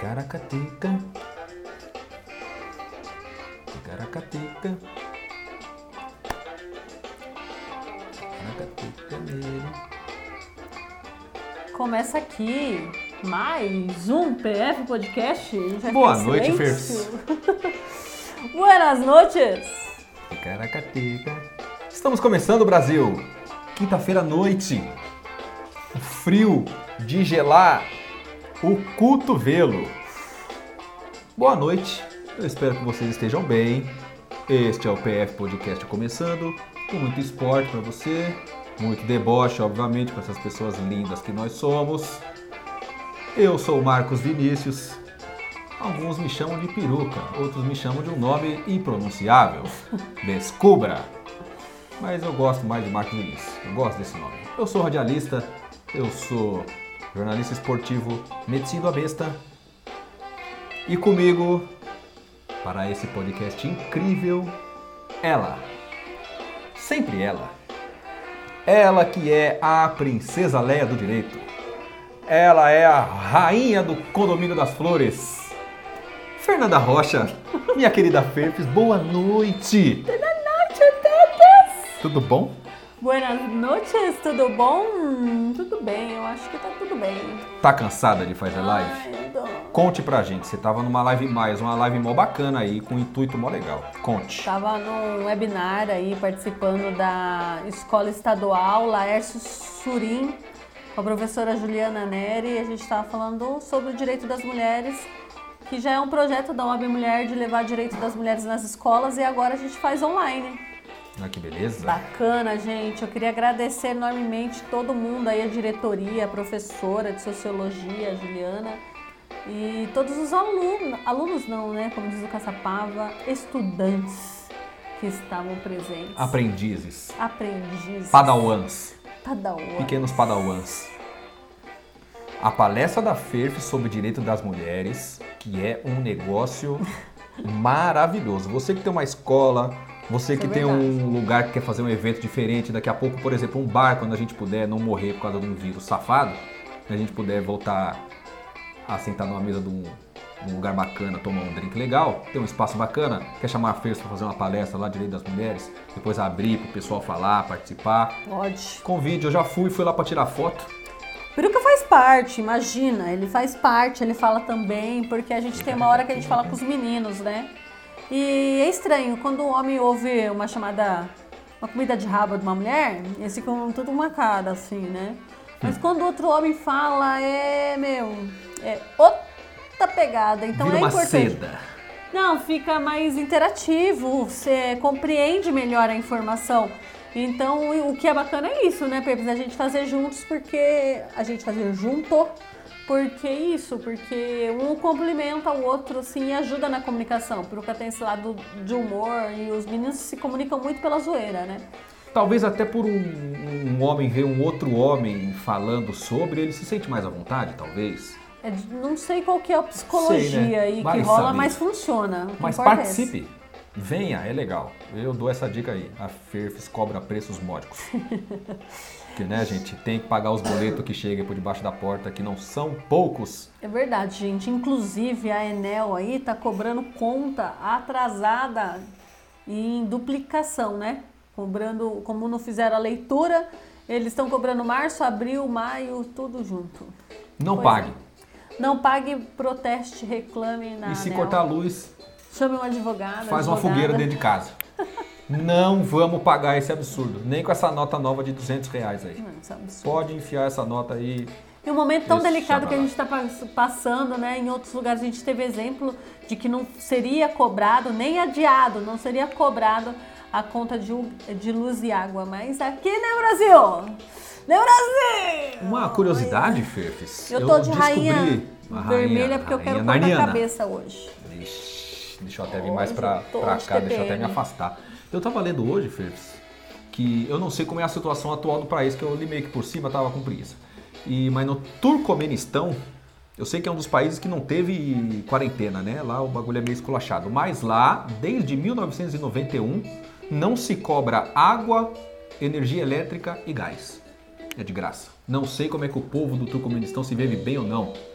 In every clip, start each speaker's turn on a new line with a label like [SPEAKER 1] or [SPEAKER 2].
[SPEAKER 1] Ticaracateca. Ticaracateca. Ticaracateca nele.
[SPEAKER 2] Começa aqui mais um PF Podcast.
[SPEAKER 1] Boa noite, Ferfs.
[SPEAKER 2] Buenas noches.
[SPEAKER 1] Ticaracateca. Estamos começando, Brasil. Quinta-feira à noite. O frio de gelar o cotovelo. Boa noite. Eu espero que vocês estejam bem. Este é o PF Podcast começando, com muito esporte para você, muito deboche, obviamente, com essas pessoas lindas que nós somos. Eu sou o Marcos Vinícius. Alguns me chamam de peruca, outros me chamam de um nome impronunciável. Descubra! Mas eu gosto mais de Marcos Vinícius, eu gosto desse nome. Eu sou radialista, eu sou jornalista esportivo, metido a besta. E comigo, para esse podcast incrível, ela. Sempre ela. Ela que é a princesa Leia do direito. Ela é a rainha do condomínio das flores. Fernanda Rocha, minha querida Ferfs, boa noite.
[SPEAKER 2] Boa noite, tetas.
[SPEAKER 1] Tudo bom?
[SPEAKER 2] Buenas noches, tudo bom? Tudo bem, eu acho que tá tudo bem.
[SPEAKER 1] Tá cansada de fazer live?
[SPEAKER 2] Ai, eu tô.
[SPEAKER 1] Conte pra gente, você tava numa live uma live mó bacana aí, com um intuito mó legal. Conte.
[SPEAKER 2] Tava num webinar aí, participando da Escola Estadual Laércio Surim, com a professora Juliana Neri. A gente estava falando sobre o direito das mulheres, que já é um projeto da OAB Mulher de levar o direito das mulheres nas escolas, e agora a gente faz online.
[SPEAKER 1] Ah, que beleza.
[SPEAKER 2] Bacana, gente. Eu queria agradecer enormemente todo mundo aí, a diretoria, a professora de Sociologia, a Juliana, e todos os alunos não, né, como diz o Caçapava, estudantes que estavam presentes.
[SPEAKER 1] Aprendizes.
[SPEAKER 2] Padawans.
[SPEAKER 1] Pequenos padawans. A palestra da Ferf sobre direito das mulheres, que é um negócio maravilhoso. Você que tem uma escola, você que tem um lugar que quer fazer um evento diferente, daqui a pouco, por exemplo, um bar, quando a gente puder não morrer por causa de um vírus safado, a gente puder voltar a sentar numa mesa de um lugar bacana, tomar um drink legal, ter um espaço bacana, quer chamar a Ferf para fazer uma palestra lá de direito das mulheres, depois abrir para o pessoal falar, participar.
[SPEAKER 2] Pode.
[SPEAKER 1] Convide, eu já fui lá para tirar foto.
[SPEAKER 2] Peruca faz parte, imagina, ele faz parte, ele fala também, porque a gente tem uma hora que a gente fala com os meninos, né? E é estranho, quando o homem ouve uma comida de rabo de uma mulher, eles ficam tudo uma cara assim, né? Mas quando outro homem fala, é outra pegada, então
[SPEAKER 1] Vira
[SPEAKER 2] é
[SPEAKER 1] uma
[SPEAKER 2] importante.
[SPEAKER 1] seda.
[SPEAKER 2] Não, fica mais interativo, você compreende melhor a informação. Então, o que é bacana é isso, né, Pepe? A gente fazer juntos, porque um complementa o outro, assim, e ajuda na comunicação. Porque tem esse lado de humor e os meninos se comunicam muito pela zoeira, né?
[SPEAKER 1] Talvez até por um homem ver um outro homem falando sobre, ele se sente mais à vontade, talvez.
[SPEAKER 2] Não sei qual que é a psicologia
[SPEAKER 1] Sei, né?
[SPEAKER 2] aí
[SPEAKER 1] Vai
[SPEAKER 2] que rola,
[SPEAKER 1] saber.
[SPEAKER 2] mas funciona. O que
[SPEAKER 1] Mas
[SPEAKER 2] importa é
[SPEAKER 1] participe, venha, é legal. Eu dou essa dica aí, a Ferfs cobra preços módicos. Porque, né, gente, tem que pagar os boletos que chegam por debaixo da porta, que não são poucos.
[SPEAKER 2] É verdade, gente. Inclusive, a Enel aí tá cobrando conta atrasada em duplicação, né? Cobrando, como não fizeram a leitura, eles estão cobrando março, abril, maio, tudo junto.
[SPEAKER 1] Não
[SPEAKER 2] Pois
[SPEAKER 1] pague.
[SPEAKER 2] Não pague, proteste, reclame na
[SPEAKER 1] E se
[SPEAKER 2] Anel.
[SPEAKER 1] cortar a luz,
[SPEAKER 2] Chame um advogado.
[SPEAKER 1] faz uma fogueira dentro de casa. Não vamos pagar esse absurdo, nem com essa nota nova de R$200 aí.
[SPEAKER 2] Não, isso é um absurdo.
[SPEAKER 1] Pode enfiar essa nota aí.
[SPEAKER 2] E um momento tão
[SPEAKER 1] Deixa
[SPEAKER 2] delicado que a
[SPEAKER 1] pra lá.
[SPEAKER 2] gente está passando, né? Em outros lugares a gente teve exemplo de que não seria cobrado, nem adiado, não seria cobrado a conta de luz e água. Mas aqui, né, Brasil? No Brasil!
[SPEAKER 1] Uma curiosidade, Ferfs.
[SPEAKER 2] Eu tô de rainha
[SPEAKER 1] uma
[SPEAKER 2] vermelha porque eu quero
[SPEAKER 1] rainha
[SPEAKER 2] cortar a
[SPEAKER 1] narniana.
[SPEAKER 2] cabeça hoje.
[SPEAKER 1] Ixi, deixa eu até vir mais
[SPEAKER 2] Hoje
[SPEAKER 1] pra
[SPEAKER 2] eu tô
[SPEAKER 1] cá,
[SPEAKER 2] de
[SPEAKER 1] deixa eu até
[SPEAKER 2] TPM.
[SPEAKER 1] me afastar. Eu tava lendo hoje, Ferfs, que eu não sei como é a situação atual do país, que eu li meio que por cima, tava com preguiça. Mas no Turcomenistão, eu sei que é um dos países que não teve quarentena, né? Lá o bagulho é meio esculachado. Mas lá, desde 1991, não se cobra água, energia elétrica e gás. É de graça. Não sei como é que o povo do Turcomenistão se vive bem ou não.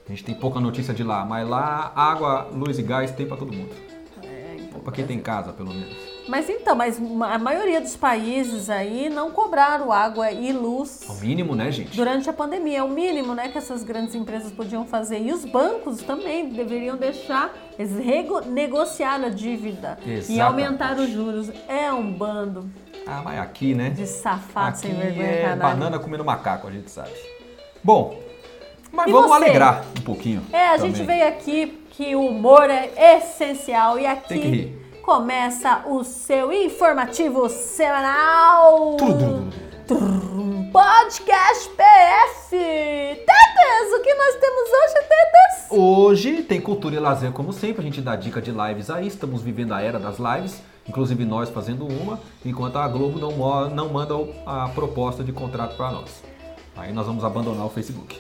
[SPEAKER 1] A gente tem pouca notícia de lá, mas lá água, luz e gás tem pra todo mundo.
[SPEAKER 2] Então,
[SPEAKER 1] Pra quem tem casa, pelo menos.
[SPEAKER 2] Mas a maioria dos países aí não cobraram água e luz
[SPEAKER 1] É o mínimo, né, gente?
[SPEAKER 2] durante a pandemia. É o mínimo, né, que essas grandes empresas podiam fazer. E os bancos também deveriam deixar, eles negociar a dívida e
[SPEAKER 1] Exatamente.
[SPEAKER 2] aumentar os juros. É um bando
[SPEAKER 1] Ah, mas aqui, né?
[SPEAKER 2] de safados sem vergonha,
[SPEAKER 1] é
[SPEAKER 2] canalha.
[SPEAKER 1] banana comendo macaco, a gente sabe. Bom, mas
[SPEAKER 2] E
[SPEAKER 1] vamos
[SPEAKER 2] você?
[SPEAKER 1] alegrar um pouquinho.
[SPEAKER 2] A
[SPEAKER 1] também.
[SPEAKER 2] gente veio aqui que o humor é essencial e
[SPEAKER 1] Tem que
[SPEAKER 2] aqui
[SPEAKER 1] rir.
[SPEAKER 2] começa o seu informativo semanal. Podcast PF. Tetes, o que nós temos hoje, Tetes?
[SPEAKER 1] Hoje tem cultura e lazer como sempre, a gente dá dica de lives aí, estamos vivendo a era das lives, inclusive nós fazendo uma, enquanto a Globo não manda a proposta de contrato para nós. Aí nós vamos abandonar o Facebook.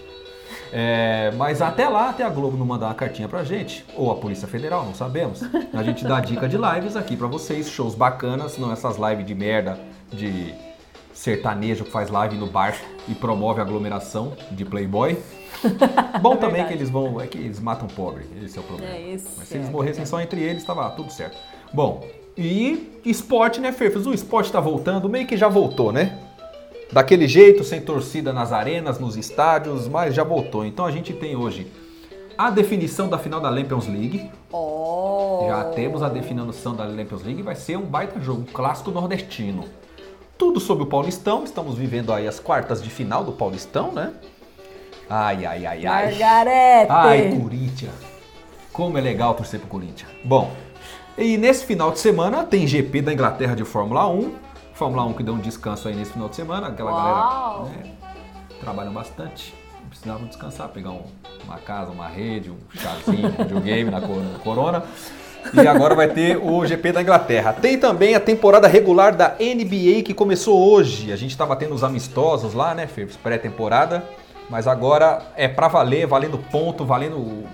[SPEAKER 1] Mas até lá, até a Globo não mandar uma cartinha pra gente, ou a Polícia Federal, não sabemos, a gente dá dica de lives aqui pra vocês, shows bacanas, não essas lives de merda, de sertanejo que faz live no bar e promove aglomeração de playboy. Bom também que eles que eles matam pobre, esse é o problema. Mas se eles morressem só entre eles, tava tudo certo. Bom, e esporte, né, Fefes? O esporte tá voltando, meio que já voltou, né? Daquele jeito, sem torcida nas arenas, nos estádios, mas já voltou. Então a gente tem hoje a definição da final da Champions League. Já temos a definição da Champions League, vai ser um baita jogo, um clássico nordestino. Tudo sobre o Paulistão, estamos vivendo aí as quartas de final do Paulistão, né? Ai.
[SPEAKER 2] Margarete!
[SPEAKER 1] Ai, Corinthians. Como é legal torcer pro Corinthians. Bom, e nesse final de semana tem GP da Inglaterra de Fórmula 1. Fórmula 1 que deu um descanso aí nesse final de semana. Aquela galera trabalham bastante. Precisavam descansar, pegar uma casa, uma rede, um chazinho, um videogame na Corona. E agora vai ter o GP da Inglaterra. Tem também a temporada regular da NBA que começou hoje. A gente estava tendo os amistosos lá, né, Fê? Pré-temporada. Mas agora é pra valer, valendo ponto, valendo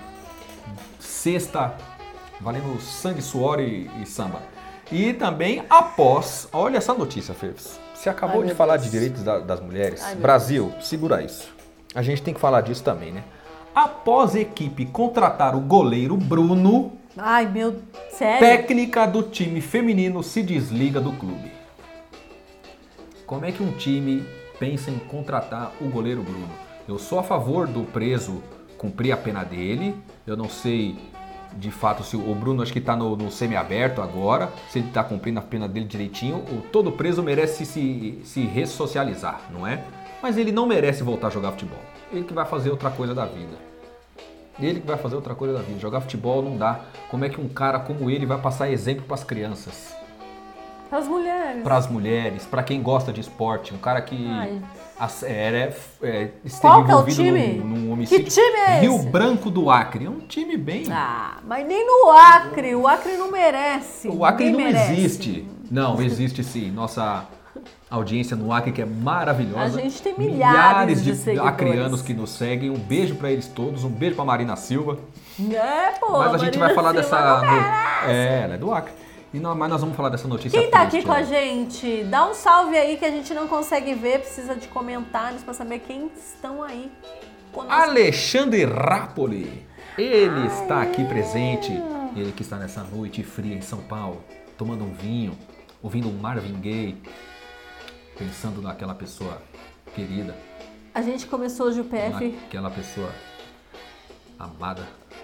[SPEAKER 1] cesta, valendo sangue, suor e samba. E também após, olha essa notícia, Fê. Você acabou de falar de direitos das mulheres. Brasil, segura isso. A gente tem que falar disso também, né? Após a equipe contratar o goleiro Bruno...
[SPEAKER 2] Ai, meu... Sério?
[SPEAKER 1] Técnica do time feminino se desliga do clube. Como é que um time pensa em contratar o goleiro Bruno? Eu sou a favor do preso cumprir a pena dele. Eu não sei, de fato, se o Bruno acho que está no semiaberto agora. Se ele está cumprindo a pena dele direitinho. Todo preso merece se ressocializar, não é? Mas ele não merece voltar a jogar futebol. Ele que vai fazer outra coisa da vida. Jogar futebol não dá. Como é que um cara como ele vai passar exemplo para as crianças?
[SPEAKER 2] Para as mulheres.
[SPEAKER 1] Para as mulheres, para quem gosta de esporte. Um cara que esteve
[SPEAKER 2] Qual que é o
[SPEAKER 1] envolvido
[SPEAKER 2] time?
[SPEAKER 1] num homicídio.
[SPEAKER 2] Que time é
[SPEAKER 1] Rio
[SPEAKER 2] esse?
[SPEAKER 1] Branco do Acre. É um time bem...
[SPEAKER 2] Mas nem no Acre. O Acre não merece.
[SPEAKER 1] O Acre
[SPEAKER 2] Ninguém
[SPEAKER 1] não
[SPEAKER 2] merece.
[SPEAKER 1] existe. Não, existe sim. Nossa audiência no Acre que é maravilhosa.
[SPEAKER 2] A gente tem milhares de seguidores.
[SPEAKER 1] acreanos que nos seguem. Um beijo pra eles todos. Um beijo pra Marina Silva.
[SPEAKER 2] Mas
[SPEAKER 1] a gente vai falar dessa... ela é do Acre. Mas nós vamos falar dessa notícia.
[SPEAKER 2] Quem tá
[SPEAKER 1] triste,
[SPEAKER 2] aqui com a gente? Dá um salve aí que a gente não consegue ver. Precisa de comentários pra saber quem estão aí conosco.
[SPEAKER 1] Alexandre Rapoli. Ele está aqui presente. Ele que está nessa noite fria em São Paulo, tomando um vinho, ouvindo um Marvin Gaye, pensando naquela pessoa querida.
[SPEAKER 2] A gente começou hoje o PF.
[SPEAKER 1] Aquela pessoa amada.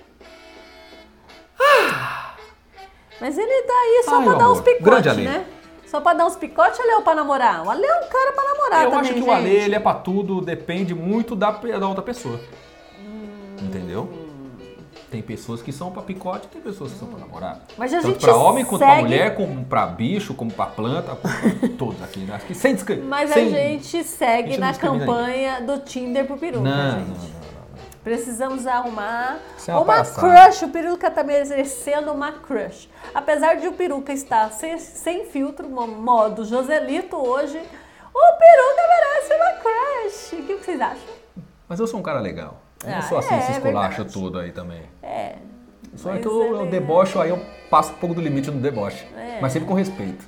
[SPEAKER 2] Mas ele tá aí só pra dar
[SPEAKER 1] amor.
[SPEAKER 2] uns picotes,
[SPEAKER 1] Grande Ale.
[SPEAKER 2] né? Só pra dar uns picotes, Ale, ou pra namorar? O Ale é um cara pra namorar
[SPEAKER 1] Eu
[SPEAKER 2] também,
[SPEAKER 1] acho que
[SPEAKER 2] gente.
[SPEAKER 1] o Ale, ele é pra tudo, depende muito da outra pessoa. Entendeu? Tem pessoas que são pra picote, tem pessoas que são pra namorar.
[SPEAKER 2] Mas a
[SPEAKER 1] Tanto
[SPEAKER 2] gente
[SPEAKER 1] pra homem, quanto pra
[SPEAKER 2] segue-
[SPEAKER 1] mulher, como pra bicho, como pra planta, todos aqui, né? Acho que sem
[SPEAKER 2] Mas a
[SPEAKER 1] sem-
[SPEAKER 2] gente
[SPEAKER 1] a
[SPEAKER 2] segue
[SPEAKER 1] gente não
[SPEAKER 2] na
[SPEAKER 1] discrimina
[SPEAKER 2] campanha do Tinder pro peruca,
[SPEAKER 1] Não,
[SPEAKER 2] gente.
[SPEAKER 1] não.
[SPEAKER 2] Precisamos arrumar
[SPEAKER 1] Isso é uma
[SPEAKER 2] uma
[SPEAKER 1] palhaçada.
[SPEAKER 2] crush. O peruca tá merecendo uma crush. Apesar de o peruca estar sem filtro, modo Joselito hoje, o peruca merece uma crush. O que vocês acham?
[SPEAKER 1] Mas eu sou um cara legal. Eu não
[SPEAKER 2] Ah,
[SPEAKER 1] sou assim,
[SPEAKER 2] é
[SPEAKER 1] esse esculacho
[SPEAKER 2] verdade.
[SPEAKER 1] todo aí também. Só
[SPEAKER 2] mas
[SPEAKER 1] que eu
[SPEAKER 2] ele-
[SPEAKER 1] debocho, aí eu passo um pouco do limite no deboche. Mas sempre com respeito.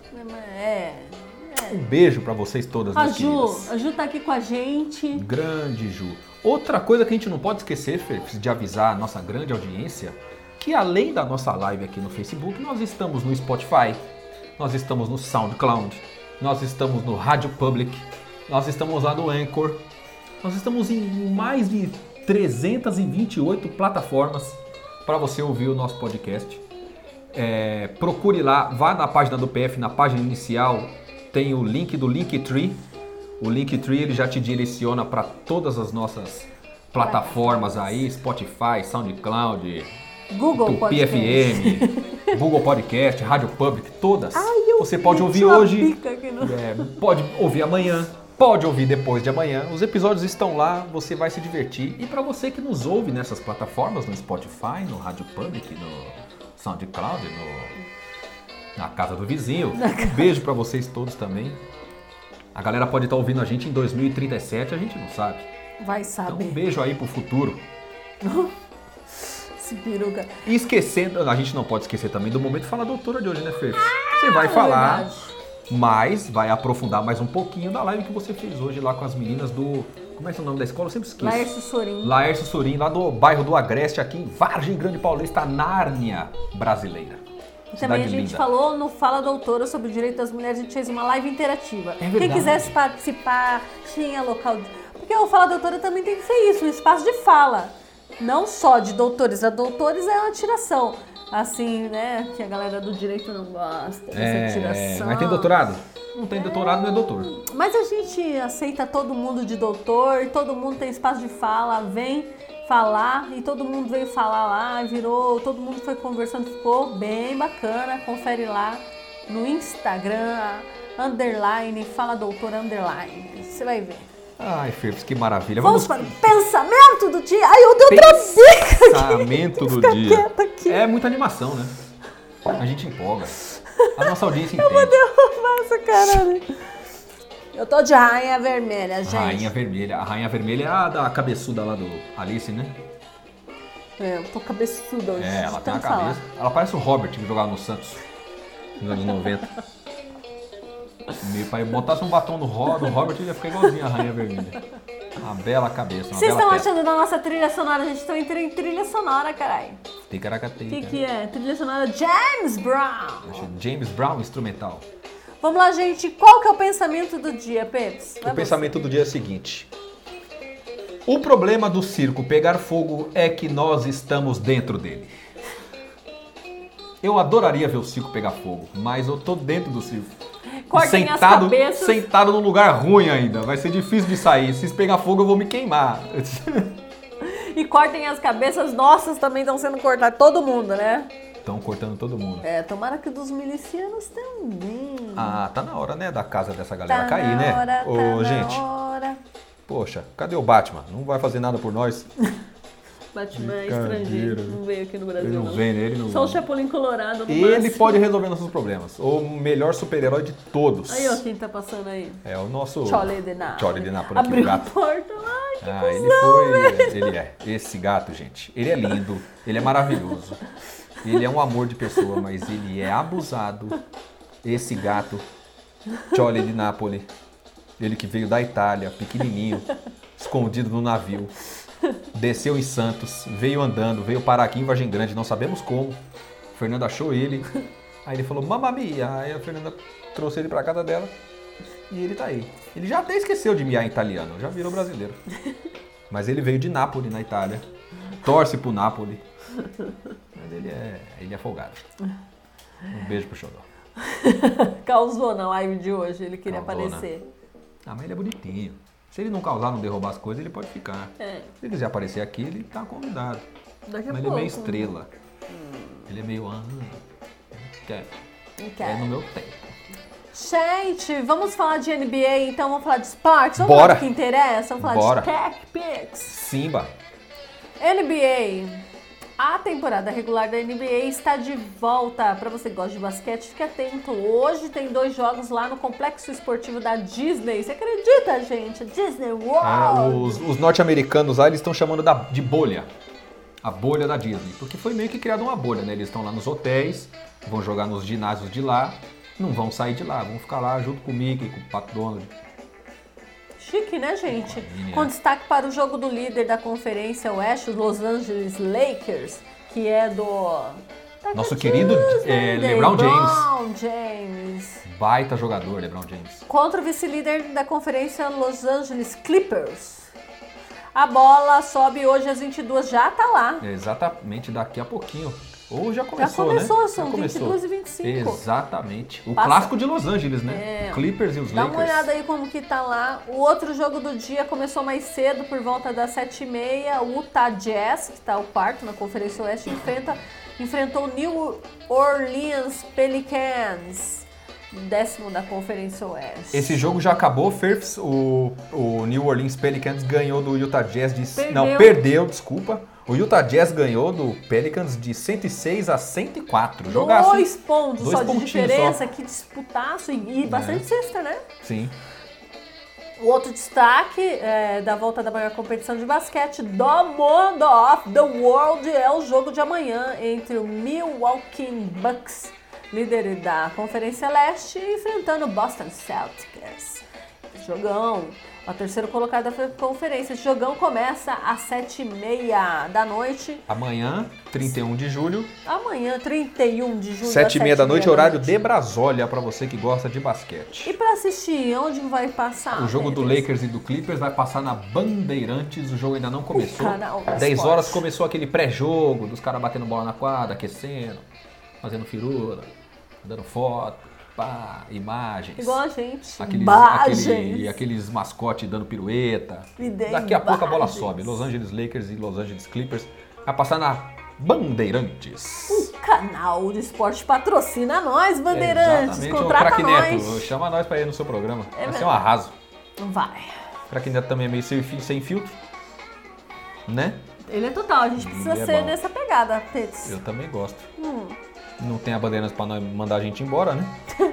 [SPEAKER 1] Um beijo pra vocês todas,
[SPEAKER 2] A
[SPEAKER 1] minhas queridas.
[SPEAKER 2] Ju tá aqui com a gente.
[SPEAKER 1] Grande Ju. Outra coisa que a gente não pode esquecer, Felipe, de avisar a nossa grande audiência, que além da nossa live aqui no Facebook, nós estamos no Spotify, nós estamos no SoundCloud, nós estamos no Rádio Public, nós estamos lá no Anchor, nós estamos em mais de 328 plataformas para você ouvir o nosso podcast. Procure lá, vá na página do PF, na página inicial, tem o link do Linktree. O Linktree ele já te direciona para todas as nossas plataformas aí, Spotify, SoundCloud,
[SPEAKER 2] Google
[SPEAKER 1] Tupi
[SPEAKER 2] Podcast.
[SPEAKER 1] FM, Google Podcast, Rádio Public, todas.
[SPEAKER 2] Ai,
[SPEAKER 1] Você pode ouvir hoje, pode ouvir amanhã, pode ouvir depois de amanhã. Os episódios estão lá, você vai se divertir. E para você que nos ouve nessas plataformas, no Spotify, no Rádio Public, no SoundCloud, na casa do vizinho, um beijo para vocês todos também. A galera pode estar ouvindo a gente em 2037, a gente não sabe.
[SPEAKER 2] Vai saber.
[SPEAKER 1] Então um beijo aí pro futuro.
[SPEAKER 2] Esse peruca.
[SPEAKER 1] E esquecendo, a gente não pode esquecer também do momento Fala Doutora de hoje, né, Fê? Você vai falar,
[SPEAKER 2] verdade.
[SPEAKER 1] mas vai aprofundar mais um pouquinho da live que você fez hoje lá com as meninas do... Como é que é o nome da escola? Eu sempre esqueço.
[SPEAKER 2] Laércio Sorim.
[SPEAKER 1] Laércio Sorim, lá do bairro do Agreste, aqui em Vargem Grande Paulista, Nárnia brasileira.
[SPEAKER 2] Também a
[SPEAKER 1] Cidade
[SPEAKER 2] gente
[SPEAKER 1] linda.
[SPEAKER 2] falou no Fala Doutora sobre o direito das mulheres, a gente fez uma live interativa.
[SPEAKER 1] verdade.
[SPEAKER 2] Quem quisesse participar, tinha local de... Porque o Fala Doutora também tem que ser isso, um espaço de fala. Não só de doutores a doutores, é uma tiração. Assim, né, que a galera do direito não gosta dessa tiração.
[SPEAKER 1] Mas tem doutorado? Não tem doutorado, não é doutor.
[SPEAKER 2] Mas a gente aceita todo mundo de doutor, todo mundo tem espaço de fala, vem falar e todo mundo veio falar lá, virou, todo mundo foi conversando, ficou bem bacana. Confere lá no Instagram, underline, Fala Doutor underline, você vai ver.
[SPEAKER 1] Ai, Felipe, que maravilha.
[SPEAKER 2] Vamos para o pensamento do dia. Ai, eu dei outra dica.
[SPEAKER 1] Pensamento do
[SPEAKER 2] Fica
[SPEAKER 1] dia.
[SPEAKER 2] quieta aqui.
[SPEAKER 1] É muita animação, né? A gente empolga. A nossa audiência
[SPEAKER 2] Eu vou
[SPEAKER 1] entende.
[SPEAKER 2] derrubar essa cara. Eu tô de rainha vermelha, gente.
[SPEAKER 1] Rainha Vermelha. A Rainha Vermelha é a da cabeçuda lá do Alice, né?
[SPEAKER 2] Eu tô cabeçuda hoje.
[SPEAKER 1] Ela tem a
[SPEAKER 2] tanto falar.
[SPEAKER 1] cabeça. Ela parece o Robert que jogava no Santos nos anos 90. Meu pai botasse um batom no Robert, ele ia ficar igualzinho a Rainha Vermelha. Uma bela cabeça, uma
[SPEAKER 2] Vocês
[SPEAKER 1] bela
[SPEAKER 2] estão
[SPEAKER 1] testa.
[SPEAKER 2] achando da nossa trilha sonora? A gente tá entrando em trilha sonora, caralho.
[SPEAKER 1] Ticaracateca.
[SPEAKER 2] O que é? Trilha sonora James Brown.
[SPEAKER 1] James Brown instrumental.
[SPEAKER 2] Vamos lá, gente. Qual que é o pensamento do dia, Peps?
[SPEAKER 1] O pensamento do dia é o seguinte. O problema do circo pegar fogo é que nós estamos dentro dele. Eu adoraria ver o circo pegar fogo, mas eu tô dentro do circo.
[SPEAKER 2] Cortem as cabeças.
[SPEAKER 1] Sentado num lugar ruim ainda. Vai ser difícil de sair. Se pegar fogo eu vou me queimar.
[SPEAKER 2] E cortem as cabeças nossas também estão sendo cortadas. Todo mundo, né?
[SPEAKER 1] Estão cortando todo mundo.
[SPEAKER 2] Tomara que dos milicianos também.
[SPEAKER 1] Ah, tá na hora, né, da casa dessa galera
[SPEAKER 2] Tá
[SPEAKER 1] cair,
[SPEAKER 2] na
[SPEAKER 1] né?
[SPEAKER 2] hora,
[SPEAKER 1] Ô,
[SPEAKER 2] tá
[SPEAKER 1] gente,
[SPEAKER 2] na hora.
[SPEAKER 1] poxa, cadê o Batman? Não vai fazer nada por nós.
[SPEAKER 2] Batman é
[SPEAKER 1] Brincadeira.
[SPEAKER 2] estrangeiro. Não veio aqui no Brasil,
[SPEAKER 1] Ele não vem, né? Ele não...
[SPEAKER 2] Só o Chapolin Colorado no
[SPEAKER 1] Ele
[SPEAKER 2] máximo.
[SPEAKER 1] pode resolver nossos problemas. O melhor super-herói de todos.
[SPEAKER 2] Aí, ó, quem tá passando aí?
[SPEAKER 1] É o nosso...
[SPEAKER 2] Chole de Napoli.
[SPEAKER 1] Chole de Napoli, aqui, o
[SPEAKER 2] Abriu a
[SPEAKER 1] gato.
[SPEAKER 2] porta. Ai, que
[SPEAKER 1] Ah,
[SPEAKER 2] cuzão,
[SPEAKER 1] ele é. Esse gato, gente, ele é lindo, ele é maravilhoso. Ele é um amor de pessoa, mas ele é abusado. Esse gato, Chole de Napoli, ele que veio da Itália, pequenininho, escondido no navio, desceu em Santos, veio andando, veio parar aqui em Vargem Grande, não sabemos como. O Fernando achou ele, aí ele falou, mamma mia, aí a Fernanda trouxe ele pra casa dela e ele tá aí. Ele já até esqueceu de miar em italiano, já virou brasileiro. Mas ele veio de Nápoles, na Itália, torce pro Nápoles. Mas ele é folgado. Um beijo pro Xodó.
[SPEAKER 2] Causou na live de hoje, ele queria
[SPEAKER 1] Causou,
[SPEAKER 2] aparecer.
[SPEAKER 1] Ah, mas ele é bonitinho. Se ele não causar, não derrubar as coisas, ele pode ficar.
[SPEAKER 2] É.
[SPEAKER 1] Se ele quiser aparecer aqui, ele tá convidado.
[SPEAKER 2] Daqui a
[SPEAKER 1] Mas ele é
[SPEAKER 2] pouco.
[SPEAKER 1] meio estrela. Ele é meio... quer. É no meu tempo.
[SPEAKER 2] Gente, vamos falar de NBA, então vamos falar de esportes? Vamos
[SPEAKER 1] Bora.
[SPEAKER 2] falar do que interessa? Vamos falar
[SPEAKER 1] Bora.
[SPEAKER 2] de Tech Picks.
[SPEAKER 1] Simba.
[SPEAKER 2] NBA. A temporada regular da NBA está de volta. Para você que gosta de basquete, fique atento. Hoje tem 2 jogos lá no Complexo Esportivo da Disney. Você acredita, gente? Disney World.
[SPEAKER 1] Os norte-americanos lá, eles estão chamando de bolha. A bolha da Disney. Porque foi meio que criada uma bolha, né? Eles estão lá nos hotéis, vão jogar nos ginásios de lá, não vão sair de lá, vão ficar lá junto com o Mickey, com o Pato Donald.
[SPEAKER 2] Chique, né, gente?
[SPEAKER 1] Maravilha.
[SPEAKER 2] Com destaque para o jogo do líder da Conferência Oeste, os Los Angeles Lakers, que é do...
[SPEAKER 1] Nosso querido LeBron James.
[SPEAKER 2] James.
[SPEAKER 1] Baita jogador, LeBron James.
[SPEAKER 2] Contra o vice-líder da Conferência Los Angeles Clippers. A bola sobe hoje às 22, já tá lá.
[SPEAKER 1] Exatamente, daqui a pouquinho. Ou já começou,
[SPEAKER 2] já começou,
[SPEAKER 1] né?
[SPEAKER 2] são
[SPEAKER 1] já começou.
[SPEAKER 2] 22 e 25.
[SPEAKER 1] Exatamente. O
[SPEAKER 2] Passa.
[SPEAKER 1] clássico de Los Angeles, né? Clippers e os
[SPEAKER 2] Dá
[SPEAKER 1] Lakers.
[SPEAKER 2] uma olhada aí como que tá lá. O outro jogo do dia começou mais cedo, por volta das 7h30. O Utah Jazz, que tá o quarto na Conferência Oeste, enfrentou o New Orleans Pelicans, 10º da Conferência Oeste.
[SPEAKER 1] Esse jogo já acabou, Ferfs. O New Orleans Pelicans ganhou do Utah Jazz perdeu, desculpa. O Utah Jazz ganhou do Pelicans de 106-104. Jogaço.
[SPEAKER 2] 2 pontos
[SPEAKER 1] Dois
[SPEAKER 2] só de
[SPEAKER 1] pontinhos
[SPEAKER 2] diferença,
[SPEAKER 1] só.
[SPEAKER 2] que disputaço e bastante cesta, né?
[SPEAKER 1] Sim.
[SPEAKER 2] O outro destaque da volta da maior competição de basquete do mundo, of the world, é o jogo de amanhã entre o Milwaukee Bucks, líder da Conferência Leste, enfrentando o Boston Celtics. Jogão, o terceiro colocado da conferência. Esse jogão começa às 7h30 da noite.
[SPEAKER 1] Amanhã, 31 de julho.
[SPEAKER 2] Amanhã, 31 de julho,
[SPEAKER 1] 7h30 da noite, horário de Brasólia, para você que gosta de basquete.
[SPEAKER 2] E para assistir, onde vai passar?
[SPEAKER 1] O jogo do Lakers e do Clippers vai passar na Bandeirantes. O jogo ainda não começou.
[SPEAKER 2] Canal
[SPEAKER 1] 10 horas começou aquele pré-jogo, dos caras batendo bola na quadra, aquecendo, fazendo firula, dando foto. Pá, imagens.
[SPEAKER 2] Igual a gente.
[SPEAKER 1] Aqueles mascotes dando pirueta.
[SPEAKER 2] Daqui
[SPEAKER 1] Daqui a pouco a bola sobe. Los Angeles Lakers e Los Angeles Clippers vai passar na Bandeirantes.
[SPEAKER 2] O canal de esporte patrocina nós, Bandeirantes.
[SPEAKER 1] Exatamente.
[SPEAKER 2] Contrata
[SPEAKER 1] O Craque
[SPEAKER 2] nós.
[SPEAKER 1] Neto, chama nós pra ir no seu programa. Vai ser
[SPEAKER 2] mesmo.
[SPEAKER 1] um arraso.
[SPEAKER 2] Vai.
[SPEAKER 1] O Craque Neto também é meio sem filtro, né?
[SPEAKER 2] Ele é total, a gente precisa
[SPEAKER 1] Ele é
[SPEAKER 2] ser
[SPEAKER 1] bom.
[SPEAKER 2] nessa pegada, Tets.
[SPEAKER 1] Eu também gosto. Não tem a Bandeirantes pra nós mandar a gente embora, né?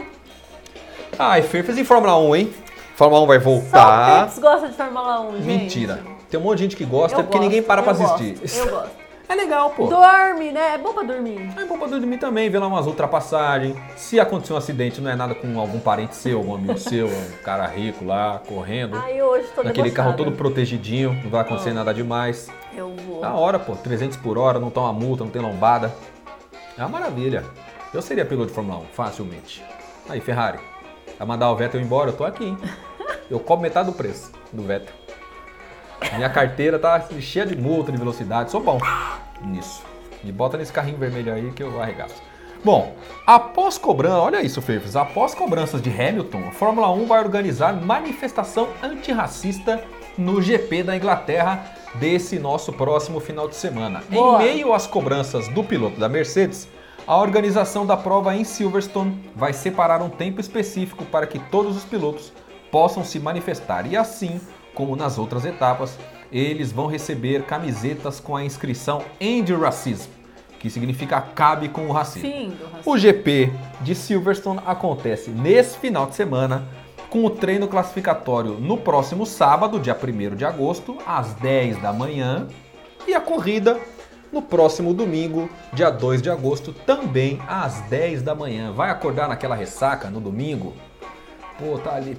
[SPEAKER 1] Ai, Ferfes, em Fórmula 1, hein? Fórmula 1 vai
[SPEAKER 2] Só o
[SPEAKER 1] voltar.
[SPEAKER 2] Tets gosta de Fórmula 1, gente.
[SPEAKER 1] Mentira. Tem um monte de gente que gosta,
[SPEAKER 2] Eu
[SPEAKER 1] é porque
[SPEAKER 2] gosto,
[SPEAKER 1] ninguém para pra
[SPEAKER 2] eu gosto,
[SPEAKER 1] assistir.
[SPEAKER 2] Eu gosto.
[SPEAKER 1] É legal, pô.
[SPEAKER 2] Dorme, né? É bom pra dormir.
[SPEAKER 1] É bom pra dormir também, ver lá umas ultrapassagens. Se acontecer um acidente, não é nada com algum parente seu, algum amigo seu, um cara rico lá, correndo.
[SPEAKER 2] Aí hoje tô
[SPEAKER 1] Naquele carro
[SPEAKER 2] debochada.
[SPEAKER 1] todo protegidinho, não vai acontecer nada demais.
[SPEAKER 2] Eu vou.
[SPEAKER 1] Da hora, pô, 300 por hora, não toma multa, não tem lombada. É uma maravilha. Eu seria piloto de Fórmula 1, facilmente. Aí, Ferrari, vai mandar o Vettel embora, eu tô aqui, hein? Eu cobro metade do preço do Vettel. Minha carteira tá cheia de multa, de velocidade, sou bom nisso. Me bota nesse carrinho vermelho aí que eu arregaço. Bom, após cobrança, olha isso, Ferfes, após cobranças de Hamilton, a Fórmula 1 vai organizar manifestação antirracista no GP da Inglaterra desse nosso próximo final de semana.
[SPEAKER 2] Boa.
[SPEAKER 1] Em meio às cobranças do piloto da Mercedes, a organização da prova em Silverstone vai separar um tempo específico para que todos os pilotos possam se manifestar. E assim, como nas outras etapas, eles vão receber camisetas com a inscrição End Racism, que significa acabe com o racismo.
[SPEAKER 2] Fim do racismo.
[SPEAKER 1] O GP de Silverstone acontece nesse final de semana, com o treino classificatório no próximo sábado, dia 1º de agosto, às 10 da manhã, e a corrida no próximo domingo, dia 2 de agosto, também às 10 da manhã. Vai acordar naquela ressaca no domingo? Pô, tá ali...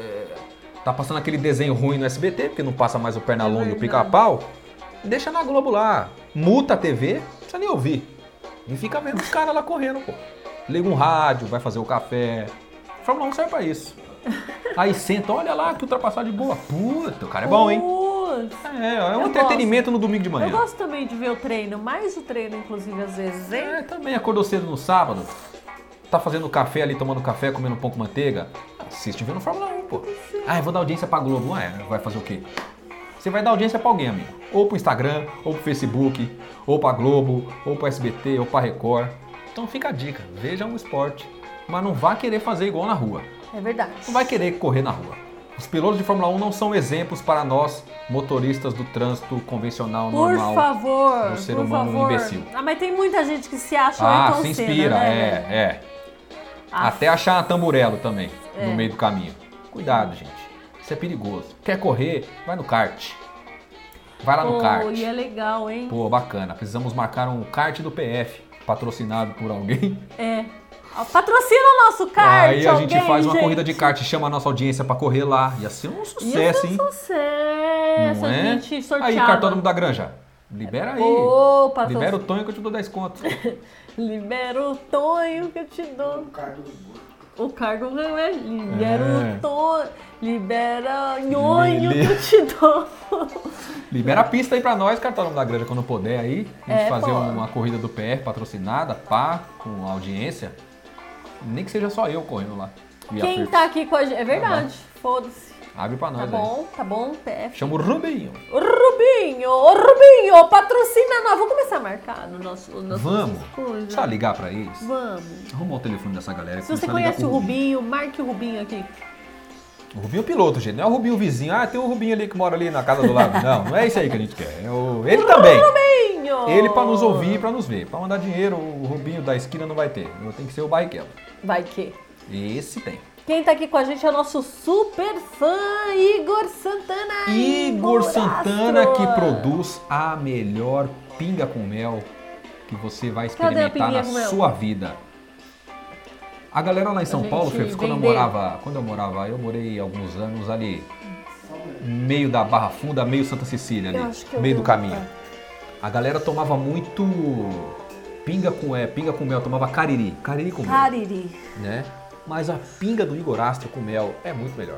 [SPEAKER 1] Tá passando aquele desenho ruim no SBT, porque não passa mais o Pernalonga e o Pica-Pau. Deixa na Globo lá. Muta a TV, não precisa nem ouvir. E fica vendo os caras lá correndo, pô. Liga um rádio, vai fazer o café. Fórmula 1 serve pra isso. Aí senta, olha lá que ultrapassagem boa. Puta, o cara é bom, hein?
[SPEAKER 2] Putz.
[SPEAKER 1] É um
[SPEAKER 2] Eu
[SPEAKER 1] entretenimento no domingo de manhã.
[SPEAKER 2] Eu gosto também de ver o treino, mais o treino, inclusive, às vezes, hein?
[SPEAKER 1] Também acordou cedo no sábado. Tá fazendo café ali, tomando café, comendo um pão com manteiga. Assiste vendo Fórmula 1, pô. Ah, eu vou dar audiência pra Globo. Vai fazer o quê? Você vai dar audiência pra alguém, amigo. Ou pro Instagram, ou pro Facebook, ou pra Globo, ou pro SBT, ou pra Record. Então fica a dica, veja um esporte. Mas não vá querer fazer igual na rua.
[SPEAKER 2] É verdade.
[SPEAKER 1] Não vai querer correr na rua. Os pilotos de Fórmula 1 não são exemplos para nós, motoristas do trânsito convencional, normal.
[SPEAKER 2] Por favor,
[SPEAKER 1] do ser
[SPEAKER 2] por
[SPEAKER 1] humano
[SPEAKER 2] favor.
[SPEAKER 1] imbecil.
[SPEAKER 2] Ah, mas tem muita gente que se acha Ayrton
[SPEAKER 1] Se
[SPEAKER 2] Senna,
[SPEAKER 1] inspira,
[SPEAKER 2] né?
[SPEAKER 1] Até achar uma tamburelo também, no meio do caminho. Cuidado, gente. Isso é perigoso. Quer correr? Vai no kart. Vai lá no kart.
[SPEAKER 2] E é legal, hein?
[SPEAKER 1] Pô, bacana. Precisamos marcar um kart do PF, patrocinado por alguém.
[SPEAKER 2] Patrocina o nosso kart.
[SPEAKER 1] Aí a gente
[SPEAKER 2] alguém,
[SPEAKER 1] faz uma
[SPEAKER 2] gente.
[SPEAKER 1] corrida de kart, chama a nossa audiência pra correr lá. Ia ser um sucesso, hein?
[SPEAKER 2] Sucesso,
[SPEAKER 1] Não
[SPEAKER 2] a
[SPEAKER 1] é?
[SPEAKER 2] gente sorteava.
[SPEAKER 1] Aí, cartôdromo da Granja. Libera aí.
[SPEAKER 2] Opa,
[SPEAKER 1] Libera o Tonho que eu te dou 10 conto.
[SPEAKER 2] Libera o Tonho que eu te dou. O cargo não é. Libera o Tonho. Libera o nhonho que eu te dou.
[SPEAKER 1] Libera a pista aí pra nós, cartôdromo da Granja, quando puder aí. A gente fazer
[SPEAKER 2] pô.
[SPEAKER 1] uma corrida do PR patrocinada, pá, com audiência. Nem que seja só eu correndo lá. Via
[SPEAKER 2] Quem
[SPEAKER 1] First.
[SPEAKER 2] tá aqui com a gente. É verdade, foda-se.
[SPEAKER 1] Abre pra nós aí.
[SPEAKER 2] Tá bom, PF.
[SPEAKER 1] Chama o Rubinho.
[SPEAKER 2] Ô Rubinho, patrocina nós. Vamos começar a marcar no nosso
[SPEAKER 1] Vamos.
[SPEAKER 2] coisa.
[SPEAKER 1] Precisa ligar pra eles?
[SPEAKER 2] Vamos.
[SPEAKER 1] Arrumar o telefone dessa galera.
[SPEAKER 2] Se você
[SPEAKER 1] começar a ligar
[SPEAKER 2] conhece o
[SPEAKER 1] pro
[SPEAKER 2] Rubinho, marque o Rubinho aqui.
[SPEAKER 1] O Rubinho piloto, gente. Não é o Rubinho vizinho. Ah, tem um Rubinho ali que mora ali na casa do lado. Não é isso aí que a gente quer. Ele também.
[SPEAKER 2] Rubinho!
[SPEAKER 1] Ele pra nos ouvir e pra nos ver. Pra mandar dinheiro, o Rubinho da esquina não vai ter. Tem que ser o Barrichello.
[SPEAKER 2] Vai que.
[SPEAKER 1] Esse tem.
[SPEAKER 2] Quem tá aqui com a gente é o nosso super fã, Igor Santana.
[SPEAKER 1] Igor Santana,
[SPEAKER 2] Astro.
[SPEAKER 1] que produz a melhor pinga com mel que você vai
[SPEAKER 2] Cadê a
[SPEAKER 1] experimentar
[SPEAKER 2] pinguinha
[SPEAKER 1] na
[SPEAKER 2] com mel?
[SPEAKER 1] sua vida. A galera lá em São
[SPEAKER 2] gente
[SPEAKER 1] Paulo, Fefs, quando eu morei alguns anos ali, meio da Barra Funda, meio Santa Cecília
[SPEAKER 2] Eu
[SPEAKER 1] ali,
[SPEAKER 2] acho que eu
[SPEAKER 1] meio
[SPEAKER 2] vi,
[SPEAKER 1] do caminho.
[SPEAKER 2] é.
[SPEAKER 1] A galera tomava muito pinga com mel, tomava cariri com mel,
[SPEAKER 2] Cariri.
[SPEAKER 1] né? Mas a pinga do Igor Astro com mel é muito melhor.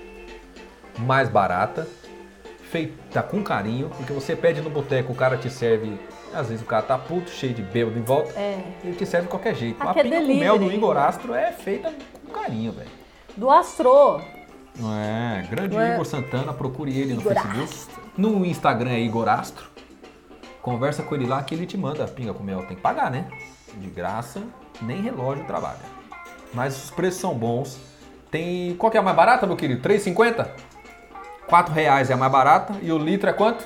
[SPEAKER 1] Mais barata, feita com carinho, porque você pede no boteco, o cara te serve, às vezes o cara tá puto, cheio de bêbado em volta, ele te serve de qualquer jeito.
[SPEAKER 2] Aqui
[SPEAKER 1] A
[SPEAKER 2] é
[SPEAKER 1] pinga com
[SPEAKER 2] delivery.
[SPEAKER 1] mel do Igor Astro é feita com carinho, velho.
[SPEAKER 2] Do Astro.
[SPEAKER 1] Grande
[SPEAKER 2] Não é?
[SPEAKER 1] Igor Santana, procure ele no
[SPEAKER 2] Igor
[SPEAKER 1] Facebook.
[SPEAKER 2] Astro.
[SPEAKER 1] No Instagram é Igor Astro. Conversa com ele lá que ele te manda a pinga com mel. Tem que pagar, né? De graça, nem relógio trabalha. Mas os preços são bons. Tem. Qual que é a mais barata, meu querido? R$3,50? R$4 é a mais barata. E o litro é quanto?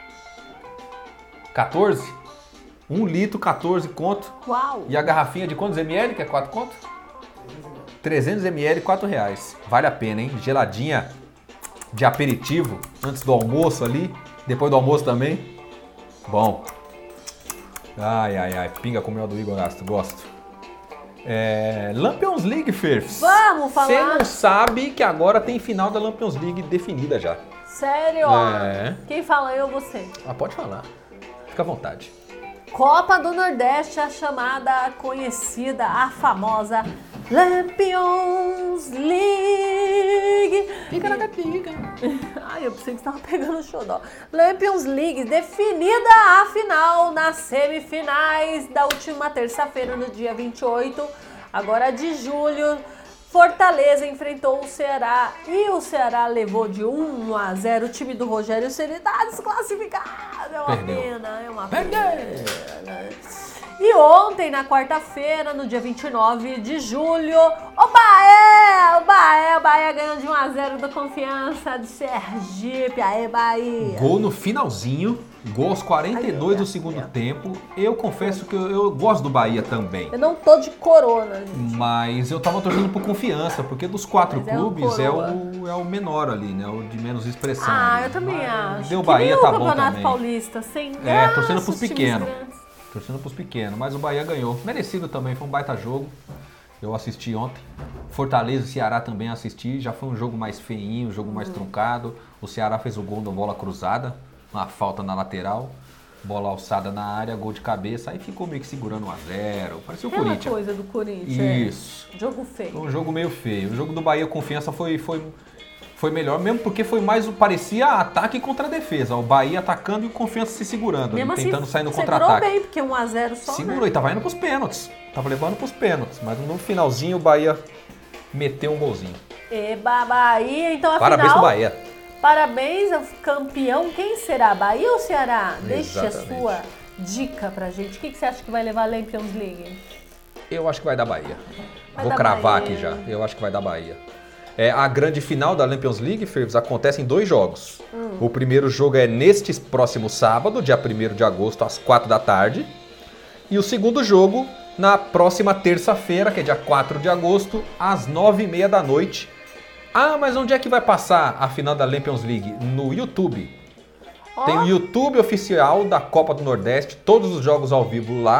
[SPEAKER 1] 14? 1 litro, 14 conto.
[SPEAKER 2] Uau.
[SPEAKER 1] E a garrafinha de quantos ml, que é 4 conto? 300 ml, R$4. Vale a pena, hein? Geladinha de aperitivo, antes do almoço ali. Depois do almoço também. Bom. Ai. Pinga com mel do Igor Astro. Gosto. Lampions League, Fefs.
[SPEAKER 2] Vamos falar.
[SPEAKER 1] Você não sabe que agora tem final da Lampions League definida já.
[SPEAKER 2] Sério? Quem fala, eu ou você?
[SPEAKER 1] Pode falar. Fica à vontade.
[SPEAKER 2] Copa do Nordeste, a chamada, conhecida, a famosa Lampions League.
[SPEAKER 1] Fica na capica.
[SPEAKER 2] Ai, eu pensei que você estava pegando o xodó. Lampions League, definida a final nas semifinais da última terça-feira, no dia 28, agora de julho. Fortaleza enfrentou o Ceará e o Ceará levou de 1-0. O time do Rogério Ceni está desclassificado. É uma
[SPEAKER 1] Perdeu.
[SPEAKER 2] pena, é uma pena. E ontem, na quarta-feira, no dia 29 de julho, o Bahia ganhou de 1-0 do Confiança de Sergipe. Aê, Bahia!
[SPEAKER 1] Gol no finalzinho, gol aos 42 do segundo tempo. Eu confesso que eu gosto do Bahia também.
[SPEAKER 2] Eu não tô de corona, gente.
[SPEAKER 1] Mas eu tava torcendo por Confiança, porque dos 4
[SPEAKER 2] Mas é o
[SPEAKER 1] clubes é
[SPEAKER 2] coroa.
[SPEAKER 1] o menor ali, né? O de menos expressão.
[SPEAKER 2] Ah,
[SPEAKER 1] ali.
[SPEAKER 2] eu também
[SPEAKER 1] Mas
[SPEAKER 2] acho.
[SPEAKER 1] Deu
[SPEAKER 2] Que
[SPEAKER 1] Bahia,
[SPEAKER 2] nem
[SPEAKER 1] tá
[SPEAKER 2] o
[SPEAKER 1] bom
[SPEAKER 2] Campeonato
[SPEAKER 1] também.
[SPEAKER 2] Paulista, sem
[SPEAKER 1] torcendo pros
[SPEAKER 2] os times
[SPEAKER 1] pequenos.
[SPEAKER 2] grandes.
[SPEAKER 1] Torcendo pros pequenos, mas o Bahia ganhou. Merecido também, foi um baita jogo. Eu assisti ontem. Fortaleza e Ceará também assisti. Já foi um jogo mais feinho, um jogo mais truncado. O Ceará fez o gol da bola cruzada, uma falta na lateral. Bola alçada na área, gol de cabeça. Aí ficou meio que segurando 1-0. Parecia o
[SPEAKER 2] Aquela
[SPEAKER 1] Corinthians.
[SPEAKER 2] coisa do Corinthians.
[SPEAKER 1] Isso.
[SPEAKER 2] Jogo feio.
[SPEAKER 1] Foi um jogo meio feio. O jogo do Bahia Confiança foi melhor, mesmo porque foi mais, parecia ataque contra defesa. O Bahia atacando e o Confiança se segurando,
[SPEAKER 2] Mesmo
[SPEAKER 1] ali,
[SPEAKER 2] assim,
[SPEAKER 1] tentando sair no
[SPEAKER 2] segurou
[SPEAKER 1] contra-ataque.
[SPEAKER 2] bem, porque 1-0 só,
[SPEAKER 1] Segurou
[SPEAKER 2] né?
[SPEAKER 1] e tava indo pros pênaltis. Tava levando pros pênaltis. Mas no finalzinho o Bahia meteu um golzinho.
[SPEAKER 2] Eba, Bahia, então afinal...
[SPEAKER 1] Parabéns pro Bahia.
[SPEAKER 2] Parabéns ao campeão. Quem será? Bahia ou Ceará? Deixe a
[SPEAKER 1] Exatamente.
[SPEAKER 2] sua dica pra gente. O que você acha que vai levar a Lampions League?
[SPEAKER 1] Eu acho que vai dar Bahia.
[SPEAKER 2] Vai
[SPEAKER 1] Vou
[SPEAKER 2] dar
[SPEAKER 1] cravar
[SPEAKER 2] Bahia.
[SPEAKER 1] aqui já. Eu acho que vai dar Bahia. A grande final da Lampions League, Ferves, acontece em 2 jogos. O primeiro jogo é neste próximo sábado, dia 1º de agosto, às 4 da tarde. E o segundo jogo na próxima terça-feira, que é dia 4 de agosto, às 9h30 da noite. Ah, mas onde é que vai passar a final da Lampions League? No YouTube.
[SPEAKER 2] Ó.
[SPEAKER 1] Tem o YouTube oficial da Copa do Nordeste, todos os jogos ao vivo lá.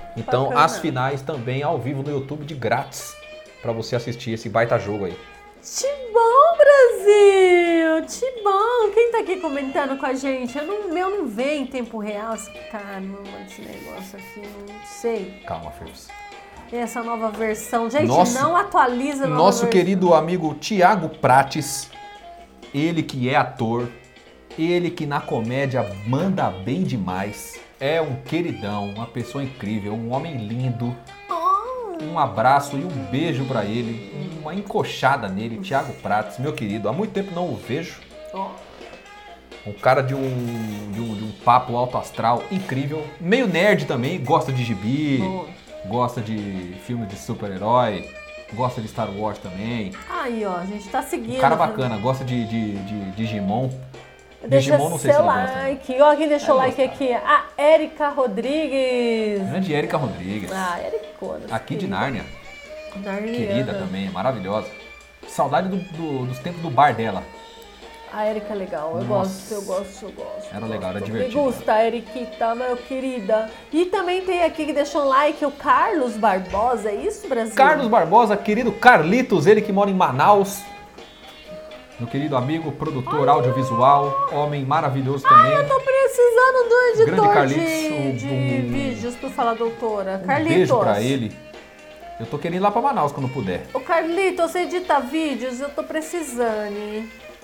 [SPEAKER 1] Então,
[SPEAKER 2] Bacana.
[SPEAKER 1] as finais também ao vivo no YouTube de grátis pra você assistir esse baita jogo aí.
[SPEAKER 2] Tibão, Brasil! Tibão! Quem tá aqui comentando com a gente? Meu não vem em tempo real. Caramba, esse negócio aqui, não sei.
[SPEAKER 1] Calma, Firps.
[SPEAKER 2] E essa nova versão. Gente,
[SPEAKER 1] Nosso-
[SPEAKER 2] não atualiza a nova
[SPEAKER 1] Nosso
[SPEAKER 2] versão.
[SPEAKER 1] querido amigo Thiago Prates, ele que é ator, ele que na comédia manda bem demais, é um queridão, uma pessoa incrível, um homem lindo. Um abraço e um beijo pra ele, uma encoxada nele, Thiago Prates, meu querido. Há muito tempo não o vejo.
[SPEAKER 2] Ó.
[SPEAKER 1] Um cara de um papo alto astral incrível, meio nerd também, gosta de gibi,
[SPEAKER 2] Boa.
[SPEAKER 1] gosta de filme de super-herói, gosta de Star Wars também.
[SPEAKER 2] Aí, ó, a gente tá seguindo.
[SPEAKER 1] Um cara bacana, gosta de Digimon.
[SPEAKER 2] Deixa
[SPEAKER 1] Digimon não sei se
[SPEAKER 2] seu
[SPEAKER 1] ele gosta.
[SPEAKER 2] like. Ó, quem deixou
[SPEAKER 1] Eu
[SPEAKER 2] like
[SPEAKER 1] gosto.
[SPEAKER 2] aqui? A Érica Rodrigues.
[SPEAKER 1] Grande Érica Rodrigues,
[SPEAKER 2] Ah, Ericona.
[SPEAKER 1] aqui de Nárnia,
[SPEAKER 2] Narniana.
[SPEAKER 1] querida também, maravilhosa. Saudade dos tempos do bar dela.
[SPEAKER 2] A Érica é legal, eu
[SPEAKER 1] Nossa.
[SPEAKER 2] gosto.
[SPEAKER 1] Era legal, era
[SPEAKER 2] Me
[SPEAKER 1] divertido.
[SPEAKER 2] gusta, Eriquita, meu querida. E também tem aqui que deixou um like o Carlos Barbosa, é isso, Brasil?
[SPEAKER 1] Carlos Barbosa, querido Carlitos, ele que mora em Manaus. Meu querido amigo, produtor audiovisual, homem maravilhoso também.
[SPEAKER 2] Eu tô precisando do editor
[SPEAKER 1] Grande Carlitos,
[SPEAKER 2] de vídeos pra falar, doutora.
[SPEAKER 1] Um
[SPEAKER 2] Carlitos.
[SPEAKER 1] beijo pra ele. Eu tô querendo ir lá pra Manaus quando puder.
[SPEAKER 2] Ô, Carlitos, você edita vídeos? Eu tô precisando.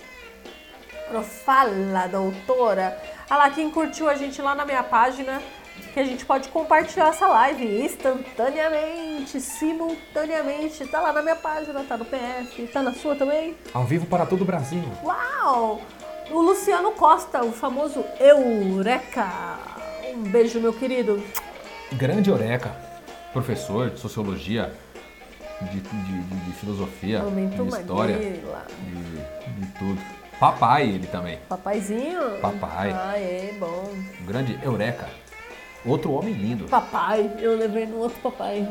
[SPEAKER 2] Fala, doutora. Olha lá, quem curtiu a gente lá na minha página, que a gente pode compartilhar essa live instantaneamente, simultaneamente. Tá lá na minha página, tá no PF, tá na sua também?
[SPEAKER 1] Ao vivo para todo o Brasil.
[SPEAKER 2] Uau! O Luciano Costa, o famoso Eureka. Um beijo, meu querido.
[SPEAKER 1] Grande Eureka, professor de sociologia, de filosofia,
[SPEAKER 2] Momento
[SPEAKER 1] de história,
[SPEAKER 2] Maguila.
[SPEAKER 1] de tudo. Papai ele também,
[SPEAKER 2] Papaizinho?
[SPEAKER 1] Papai.
[SPEAKER 2] Ah, é, bom.
[SPEAKER 1] um grande Eureka. Outro homem lindo.
[SPEAKER 2] Papai, eu levei no outro papai.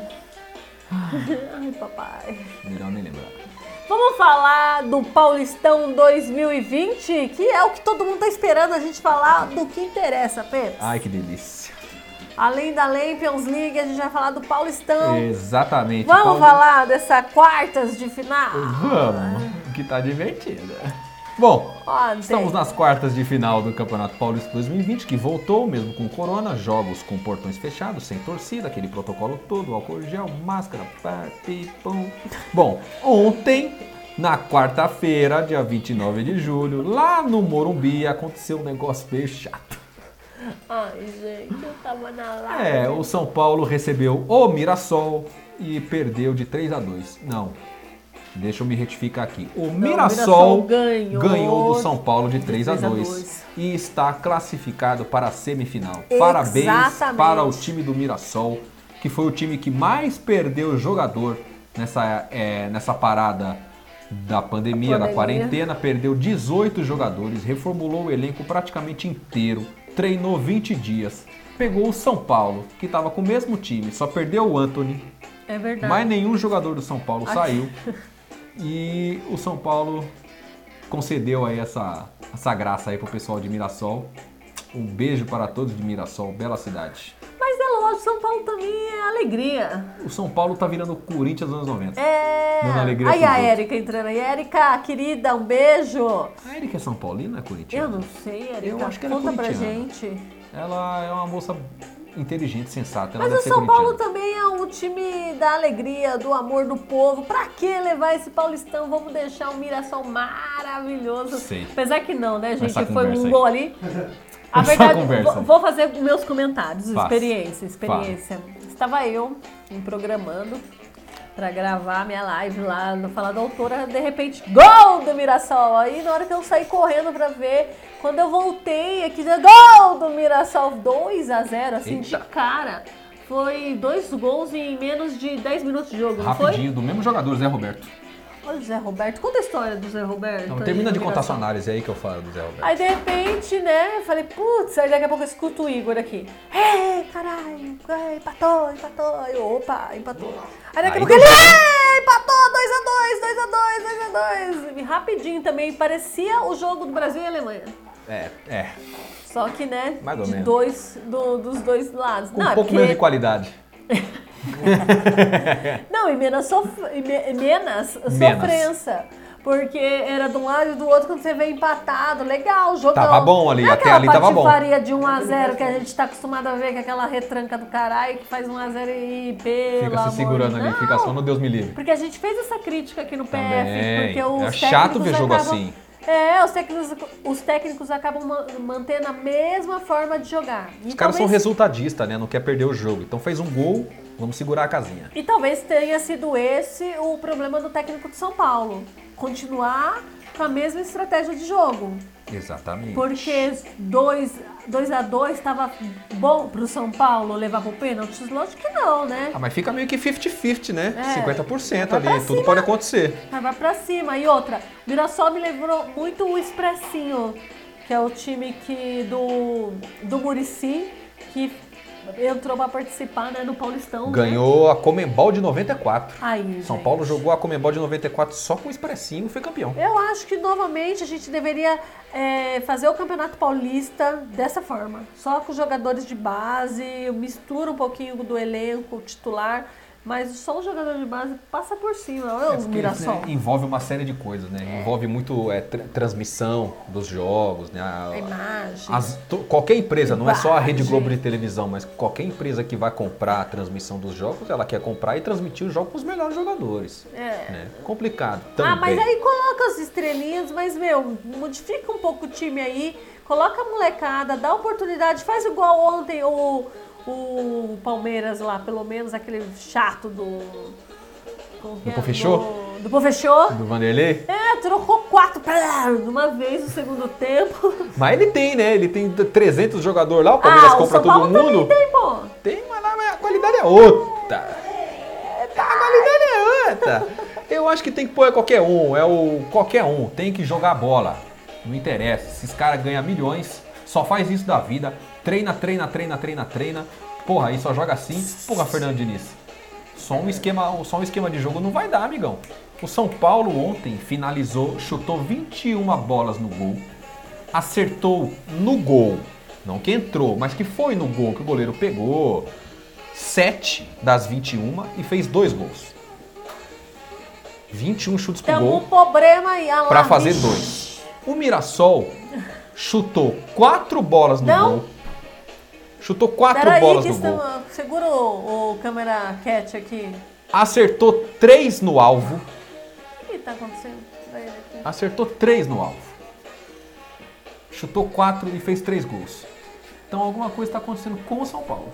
[SPEAKER 2] Ai, papai.
[SPEAKER 1] Melhor nem lembrar.
[SPEAKER 2] Vamos falar do Paulistão 2020, que é o que todo mundo tá esperando a gente falar do que interessa, Pepe.
[SPEAKER 1] Ai, que delícia.
[SPEAKER 2] Além da Champions League, a gente vai falar do Paulistão.
[SPEAKER 1] Exatamente.
[SPEAKER 2] Vamos
[SPEAKER 1] Paulo-
[SPEAKER 2] falar dessa quartas de final?
[SPEAKER 1] Vamos, que tá divertido. Bom,
[SPEAKER 2] Ó,
[SPEAKER 1] estamos
[SPEAKER 2] tem-
[SPEAKER 1] nas quartas de final do Campeonato Paulista 2020, que voltou, mesmo com corona, jogos com portões fechados, sem torcida, aquele protocolo todo, álcool gel, máscara, pipom. Bom, ontem, na quarta-feira, dia 29 de julho, lá no Morumbi, aconteceu um negócio meio chato.
[SPEAKER 2] Ai, gente, eu tava na live.
[SPEAKER 1] O São Paulo recebeu o Mirassol e perdeu de 3-2. Não, deixa eu me retificar aqui. O Mirassol ganhou do São Paulo de 3-2 e está classificado para a semifinal. Parabéns
[SPEAKER 2] Exatamente.
[SPEAKER 1] para o time do Mirassol, que foi o time que mais perdeu jogador nessa parada da pandemia, da quarentena. Perdeu 18 jogadores, reformulou o elenco praticamente inteiro, treinou 20 dias. Pegou o São Paulo, que estava com o mesmo time, só perdeu o Antony.
[SPEAKER 2] É verdade.
[SPEAKER 1] Mas nenhum jogador do São Paulo saiu. E o São Paulo concedeu aí essa graça aí pro pessoal de Mirassol. Um beijo para todos de Mirassol, bela cidade.
[SPEAKER 2] Mas é lógico, São Paulo também é alegria.
[SPEAKER 1] O São Paulo tá virando o Corinthians dos anos 90.
[SPEAKER 2] É.
[SPEAKER 1] Dando alegria
[SPEAKER 2] Aí
[SPEAKER 1] pros
[SPEAKER 2] a
[SPEAKER 1] outros.
[SPEAKER 2] Érica entrando aí. Érica, querida, um beijo.
[SPEAKER 1] A Erika é São Paulina ou é corintiana?
[SPEAKER 2] Eu não sei, Érica.
[SPEAKER 1] Eu acho que ela é
[SPEAKER 2] Conta pra
[SPEAKER 1] corintiana.
[SPEAKER 2] gente.
[SPEAKER 1] Ela é uma moça inteligente, sensata. Ela
[SPEAKER 2] Mas
[SPEAKER 1] deve
[SPEAKER 2] o
[SPEAKER 1] ser
[SPEAKER 2] São
[SPEAKER 1] corintiana.
[SPEAKER 2] Paulo também é um time da alegria, do amor do povo. Pra que levar esse Paulistão? Vamos deixar o Mirassol maravilhoso.
[SPEAKER 1] Sei.
[SPEAKER 2] Apesar que não, né, gente?
[SPEAKER 1] Essa
[SPEAKER 2] Foi
[SPEAKER 1] conversa
[SPEAKER 2] um
[SPEAKER 1] aí.
[SPEAKER 2] gol ali. A
[SPEAKER 1] Essa
[SPEAKER 2] verdade,
[SPEAKER 1] conversa.
[SPEAKER 2] vou fazer meus comentários.
[SPEAKER 1] Faça.
[SPEAKER 2] Experiência. Estava eu me programando pra gravar minha live lá no Fala Doutora, de repente, gol do Mirassol! Aí na hora que eu saí correndo pra ver, quando eu voltei aqui, gol do Mirassol, 2-0, assim, de
[SPEAKER 1] Eita.
[SPEAKER 2] cara. Foi 2 gols em menos de 10 minutos de jogo, não foi?
[SPEAKER 1] Rapidinho, do mesmo jogador, Zé Roberto.
[SPEAKER 2] Olha o Zé Roberto, conta a história do Zé Roberto.
[SPEAKER 1] Não,
[SPEAKER 2] aí
[SPEAKER 1] termina
[SPEAKER 2] no
[SPEAKER 1] de contar
[SPEAKER 2] Mirassol.
[SPEAKER 1] sua análise aí que eu falo do Zé Roberto.
[SPEAKER 2] Aí de repente, né, eu falei, putz, aí daqui a pouco eu escuto o Igor aqui. Ei, caralho, empatou. Aí eu, opa, empatou. Aí daqui a
[SPEAKER 1] Aí
[SPEAKER 2] pouco
[SPEAKER 1] deu
[SPEAKER 2] ele,
[SPEAKER 1] certo.
[SPEAKER 2] empatou, 2-2. E rapidinho também, parecia o jogo do Brasil e Alemanha.
[SPEAKER 1] É.
[SPEAKER 2] Só que, né,
[SPEAKER 1] Mais ou
[SPEAKER 2] de
[SPEAKER 1] menos.
[SPEAKER 2] dos dois lados.
[SPEAKER 1] Com um pouco menos de qualidade.
[SPEAKER 2] Não, e menos sofrência. Porque era de um lado e do outro, quando você vê empatado, legal, jogão.
[SPEAKER 1] Tava bom ali,
[SPEAKER 2] não é
[SPEAKER 1] até ali tava bom.
[SPEAKER 2] Faria de 1-0 que a gente tá acostumado a ver, com aquela retranca do caralho, que faz 1-0 e
[SPEAKER 1] fica se segurando ali, fica só no Deus me livre.
[SPEAKER 2] Porque a gente fez essa crítica aqui no PF,
[SPEAKER 1] também.
[SPEAKER 2] porque os
[SPEAKER 1] é chato ver jogo
[SPEAKER 2] acabam,
[SPEAKER 1] assim.
[SPEAKER 2] Os técnicos acabam mantendo a mesma forma de jogar.
[SPEAKER 1] Os caras são resultadistas, né? Não quer perder o jogo. Então fez um gol, vamos segurar a casinha.
[SPEAKER 2] E talvez tenha sido esse o problema do técnico de São Paulo. Continuar com a mesma estratégia de jogo.
[SPEAKER 1] Exatamente.
[SPEAKER 2] Porque 2-2 estava bom pro São Paulo levar pro pênalti? Lógico que não, né?
[SPEAKER 1] Mas fica meio que 50-50, né? 50%
[SPEAKER 2] vai
[SPEAKER 1] ali, tudo pode acontecer.
[SPEAKER 2] Vai pra cima. E outra, o Mirassol me lembrou muito o Expressinho, que é o time do Muricy, que entrou pra participar, né, no Paulistão.
[SPEAKER 1] Ganhou, né, a Conmebol de 94.
[SPEAKER 2] Aí,
[SPEAKER 1] São Paulo jogou a Conmebol de 94 só com o Expressinho e foi campeão.
[SPEAKER 2] Eu acho que novamente a gente deveria fazer o Campeonato Paulista dessa forma. Só com jogadores de base, mistura um pouquinho do elenco titular. Mas só o jogador de base passa por cima, é o Mirassol.
[SPEAKER 1] Envolve uma série de coisas, né? Envolve muito transmissão dos jogos, né?
[SPEAKER 2] A imagem.
[SPEAKER 1] Qualquer empresa, não é só a Rede Globo de televisão, mas qualquer empresa que vai comprar a transmissão dos jogos, ela quer comprar e transmitir o jogo com os melhores jogadores. Né? Complicado também.
[SPEAKER 2] Mas aí coloca as estrelinhas, mas, modifica um pouco o time aí, coloca a molecada, dá oportunidade, faz igual ontem o Palmeiras lá, pelo menos aquele chato do
[SPEAKER 1] Pofechô?
[SPEAKER 2] Do Pofechô.
[SPEAKER 1] Do Vanderlei?
[SPEAKER 2] Trocou 4 de uma vez no segundo tempo.
[SPEAKER 1] Mas ele tem, né? Ele tem 300 jogadores lá, o Palmeiras compra todo mundo.
[SPEAKER 2] Tem, pô.
[SPEAKER 1] Tem, mas a qualidade é outra. A qualidade é outra. Eu acho que tem que pôr qualquer um, qualquer um. Tem que jogar bola. Não interessa. Esses caras ganham milhões, só faz isso da vida. Treina. Porra, aí só joga assim. Porra, Fernando Diniz. Só um esquema de jogo não vai dar, amigão. O São Paulo ontem finalizou, chutou 21 bolas no gol. Acertou no gol. Não que entrou, mas que foi no gol que o goleiro pegou. 7 das 21 e fez 2 gols. 21 chutes pro gol.
[SPEAKER 2] Tem um problema aí.
[SPEAKER 1] Pra fazer 2. O Mirassol chutou 4 bolas no gol. Chutou 4 bolas no gol.
[SPEAKER 2] Segura o câmera cat aqui.
[SPEAKER 1] Acertou 3 no alvo.
[SPEAKER 2] O que tá acontecendo?
[SPEAKER 1] Acertou 3 no alvo. Chutou 4 e fez 3 gols. Então alguma coisa está acontecendo com o São Paulo.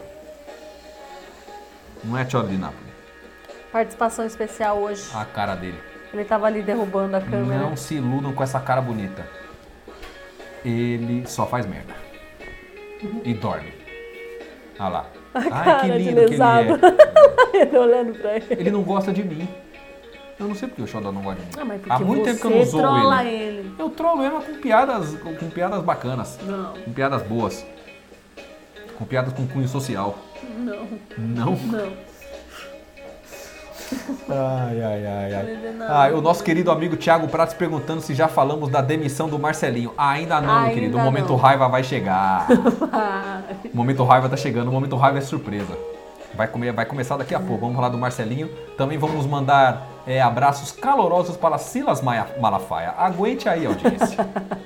[SPEAKER 1] Não é Tcholo de Nápoles.
[SPEAKER 2] Participação especial hoje.
[SPEAKER 1] A cara dele.
[SPEAKER 2] Ele tava ali derrubando a câmera.
[SPEAKER 1] Não se iludam com essa cara bonita. Ele só faz merda. E dorme. Olha lá. Ai, que lindo que ele é.
[SPEAKER 2] Ele olhando pra ele.
[SPEAKER 1] Ele não gosta de mim. Eu não sei porque o Xodó não gosta de mim.
[SPEAKER 2] Mas
[SPEAKER 1] há muito tempo que eu não zoo
[SPEAKER 2] ele.
[SPEAKER 1] Eu trollo ele com piadas bacanas.
[SPEAKER 2] Não.
[SPEAKER 1] Com piadas boas. Com piadas com cunho social.
[SPEAKER 2] Não.
[SPEAKER 1] Não?
[SPEAKER 2] Não.
[SPEAKER 1] Ai. O nosso querido amigo Thiago Prates perguntando se já falamos da demissão do Marcelinho. Ainda não, meu querido. O momento raiva vai chegar. O momento raiva tá chegando. O momento raiva é surpresa. Vai começar daqui a pouco. Vamos falar do Marcelinho. Também vamos mandar abraços calorosos para Silas Malafaia. Aguente aí, audiência.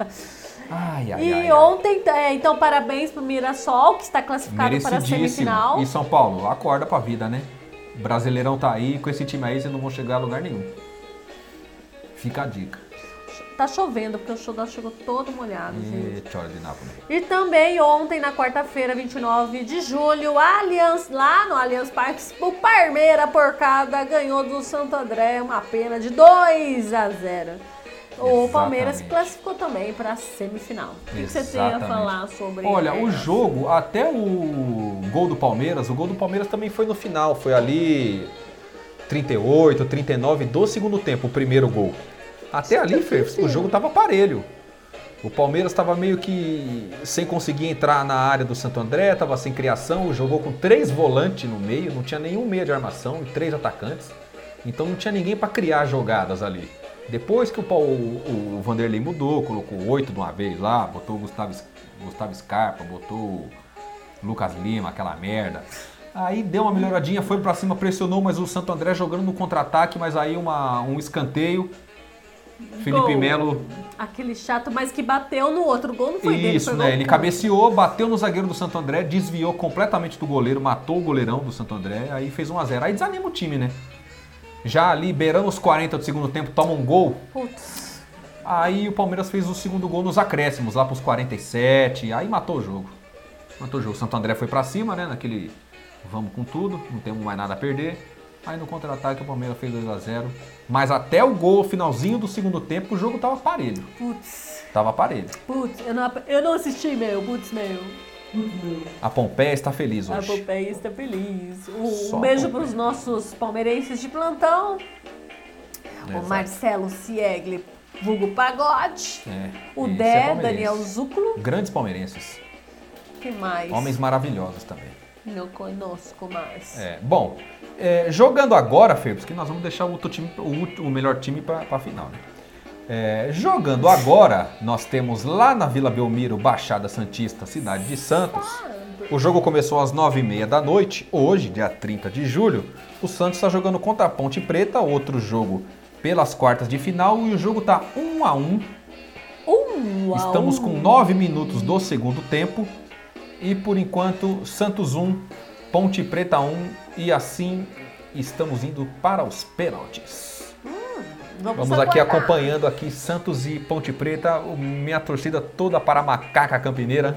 [SPEAKER 2] Ontem, então parabéns pro Mirassol, que está classificado para a semifinal.
[SPEAKER 1] E São Paulo, acorda pra vida, né? O Brasileirão tá aí, com esse time aí vocês não vão chegar a lugar nenhum. Fica a dica.
[SPEAKER 2] Tá chovendo, porque o Xodó chegou todo molhado, gente.
[SPEAKER 1] Tchau de Nápoles.
[SPEAKER 2] E também ontem, na quarta-feira, 29 de julho, lá no Allianz Parque, o Parmeira Porcada ganhou do Santo André uma pena de 2-0. O Palmeiras classificou também para a semifinal. O que você tem a falar sobre isso?
[SPEAKER 1] Olha, o jogo, até o gol do Palmeiras também foi no final. Foi ali 38, 39 do segundo tempo, o primeiro gol. Até ali, o jogo estava parelho. O Palmeiras estava meio que sem conseguir entrar na área do Santo André, estava sem criação, jogou com 3 volantes no meio, não tinha nenhum meia de armação e 3 atacantes. Então não tinha ninguém para criar jogadas ali. Depois que o Vanderlei mudou, colocou 8 de uma vez lá, botou o Gustavo Scarpa, botou o Lucas Lima, aquela merda. Aí deu uma melhoradinha, foi pra cima, pressionou, mas o Santo André jogando no contra-ataque, mas aí um escanteio. Felipe
[SPEAKER 2] Gol.
[SPEAKER 1] Melo...
[SPEAKER 2] Aquele chato, mas que bateu no outro gol, não foi dele,
[SPEAKER 1] Isso,
[SPEAKER 2] foi
[SPEAKER 1] né?
[SPEAKER 2] gol
[SPEAKER 1] Ele
[SPEAKER 2] contra.
[SPEAKER 1] cabeceou, bateu no zagueiro do Santo André, desviou completamente do goleiro, matou o goleirão do Santo André, aí fez 1-0. Aí desanima o time, né? Já ali, beirando os 40 do segundo tempo, toma um gol.
[SPEAKER 2] Putz.
[SPEAKER 1] Aí o Palmeiras fez o segundo gol nos acréscimos, lá pros 47, aí matou o jogo. Matou o jogo. O Santo André foi pra cima, né? Naquele vamos com tudo, não temos mais nada a perder. Aí no contra-ataque o Palmeiras fez 2-0. Mas até o gol, finalzinho do segundo tempo, o jogo tava parelho.
[SPEAKER 2] Putz.
[SPEAKER 1] Tava parelho.
[SPEAKER 2] Putz, eu não assisti, meu. Putz, meu.
[SPEAKER 1] A Pompeia está feliz
[SPEAKER 2] A
[SPEAKER 1] hoje.
[SPEAKER 2] Pompeia está feliz.
[SPEAKER 1] Só
[SPEAKER 2] Um beijo
[SPEAKER 1] a Pompeia.
[SPEAKER 2] pros nossos palmeirenses de plantão. O
[SPEAKER 1] Exato.
[SPEAKER 2] Marcelo Siegli, vulgo Pagode.
[SPEAKER 1] É,
[SPEAKER 2] O
[SPEAKER 1] esse
[SPEAKER 2] Dé,
[SPEAKER 1] é palmeirense.
[SPEAKER 2] Daniel Zúculo.
[SPEAKER 1] Grandes palmeirenses.
[SPEAKER 2] Que mais?
[SPEAKER 1] Homens maravilhosos também.
[SPEAKER 2] Não conosco mais.
[SPEAKER 1] Bom, jogando agora, Fê, porque nós vamos deixar o outro time, o melhor time para a final, né? Jogando agora, nós temos lá na Vila Belmiro, Baixada Santista, cidade de Santos. O jogo começou às 9h30 da noite. Hoje, dia 30 de julho, o Santos está jogando contra a Ponte Preta, outro jogo pelas quartas de final, e o jogo está 1-1. Estamos com 9 minutos do segundo tempo. E por enquanto, Santos 1, Ponte Preta 1, e assim estamos indo para os pênaltis. Vamos aqui
[SPEAKER 2] aguardar.
[SPEAKER 1] acompanhando aqui Santos e Ponte Preta, minha torcida toda para a macaca campineira.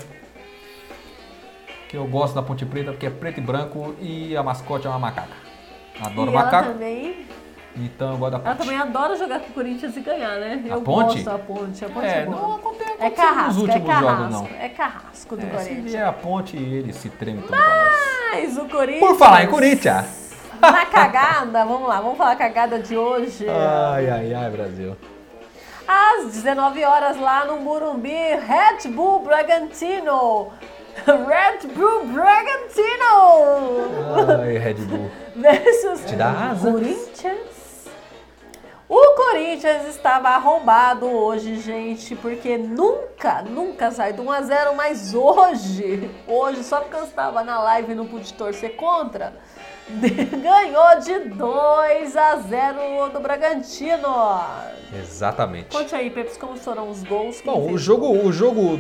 [SPEAKER 1] Que eu gosto da Ponte Preta porque é preto e branco e a mascote é uma macaca. Adoro
[SPEAKER 2] E
[SPEAKER 1] macaco,
[SPEAKER 2] ela também,
[SPEAKER 1] então eu gosto da
[SPEAKER 2] ela
[SPEAKER 1] Ponte.
[SPEAKER 2] também adora jogar com o Corinthians e ganhar, né? Eu
[SPEAKER 1] Ponte?
[SPEAKER 2] gosto da Ponte. A Ponte é boa.
[SPEAKER 1] Não acontece
[SPEAKER 2] É carrasco,
[SPEAKER 1] nos últimos jogos, não.
[SPEAKER 2] É carrasco do
[SPEAKER 1] Se
[SPEAKER 2] Corinthians.
[SPEAKER 1] vier a Ponte, ele se treme todo pra nós.
[SPEAKER 2] Mas o Corinthians...
[SPEAKER 1] Por falar em Corinthians.
[SPEAKER 2] Na cagada, vamos lá, vamos falar a cagada de hoje.
[SPEAKER 1] Ai, Brasil.
[SPEAKER 2] Às 19 horas lá no Morumbi, Red Bull Bragantino. Red Bull Bragantino
[SPEAKER 1] Ai, Red Bull.
[SPEAKER 2] versus
[SPEAKER 1] Te dá asas.
[SPEAKER 2] Corinthians. O Corinthians estava arrombado hoje, gente, porque nunca sai do 1-0, mas hoje, só porque eu estava na live e não pude torcer contra, ganhou de 2-0 do Bragantino.
[SPEAKER 1] Exatamente.
[SPEAKER 2] Conte aí, Peps, como foram os gols. Quem
[SPEAKER 1] Bom,
[SPEAKER 2] fez?
[SPEAKER 1] o jogo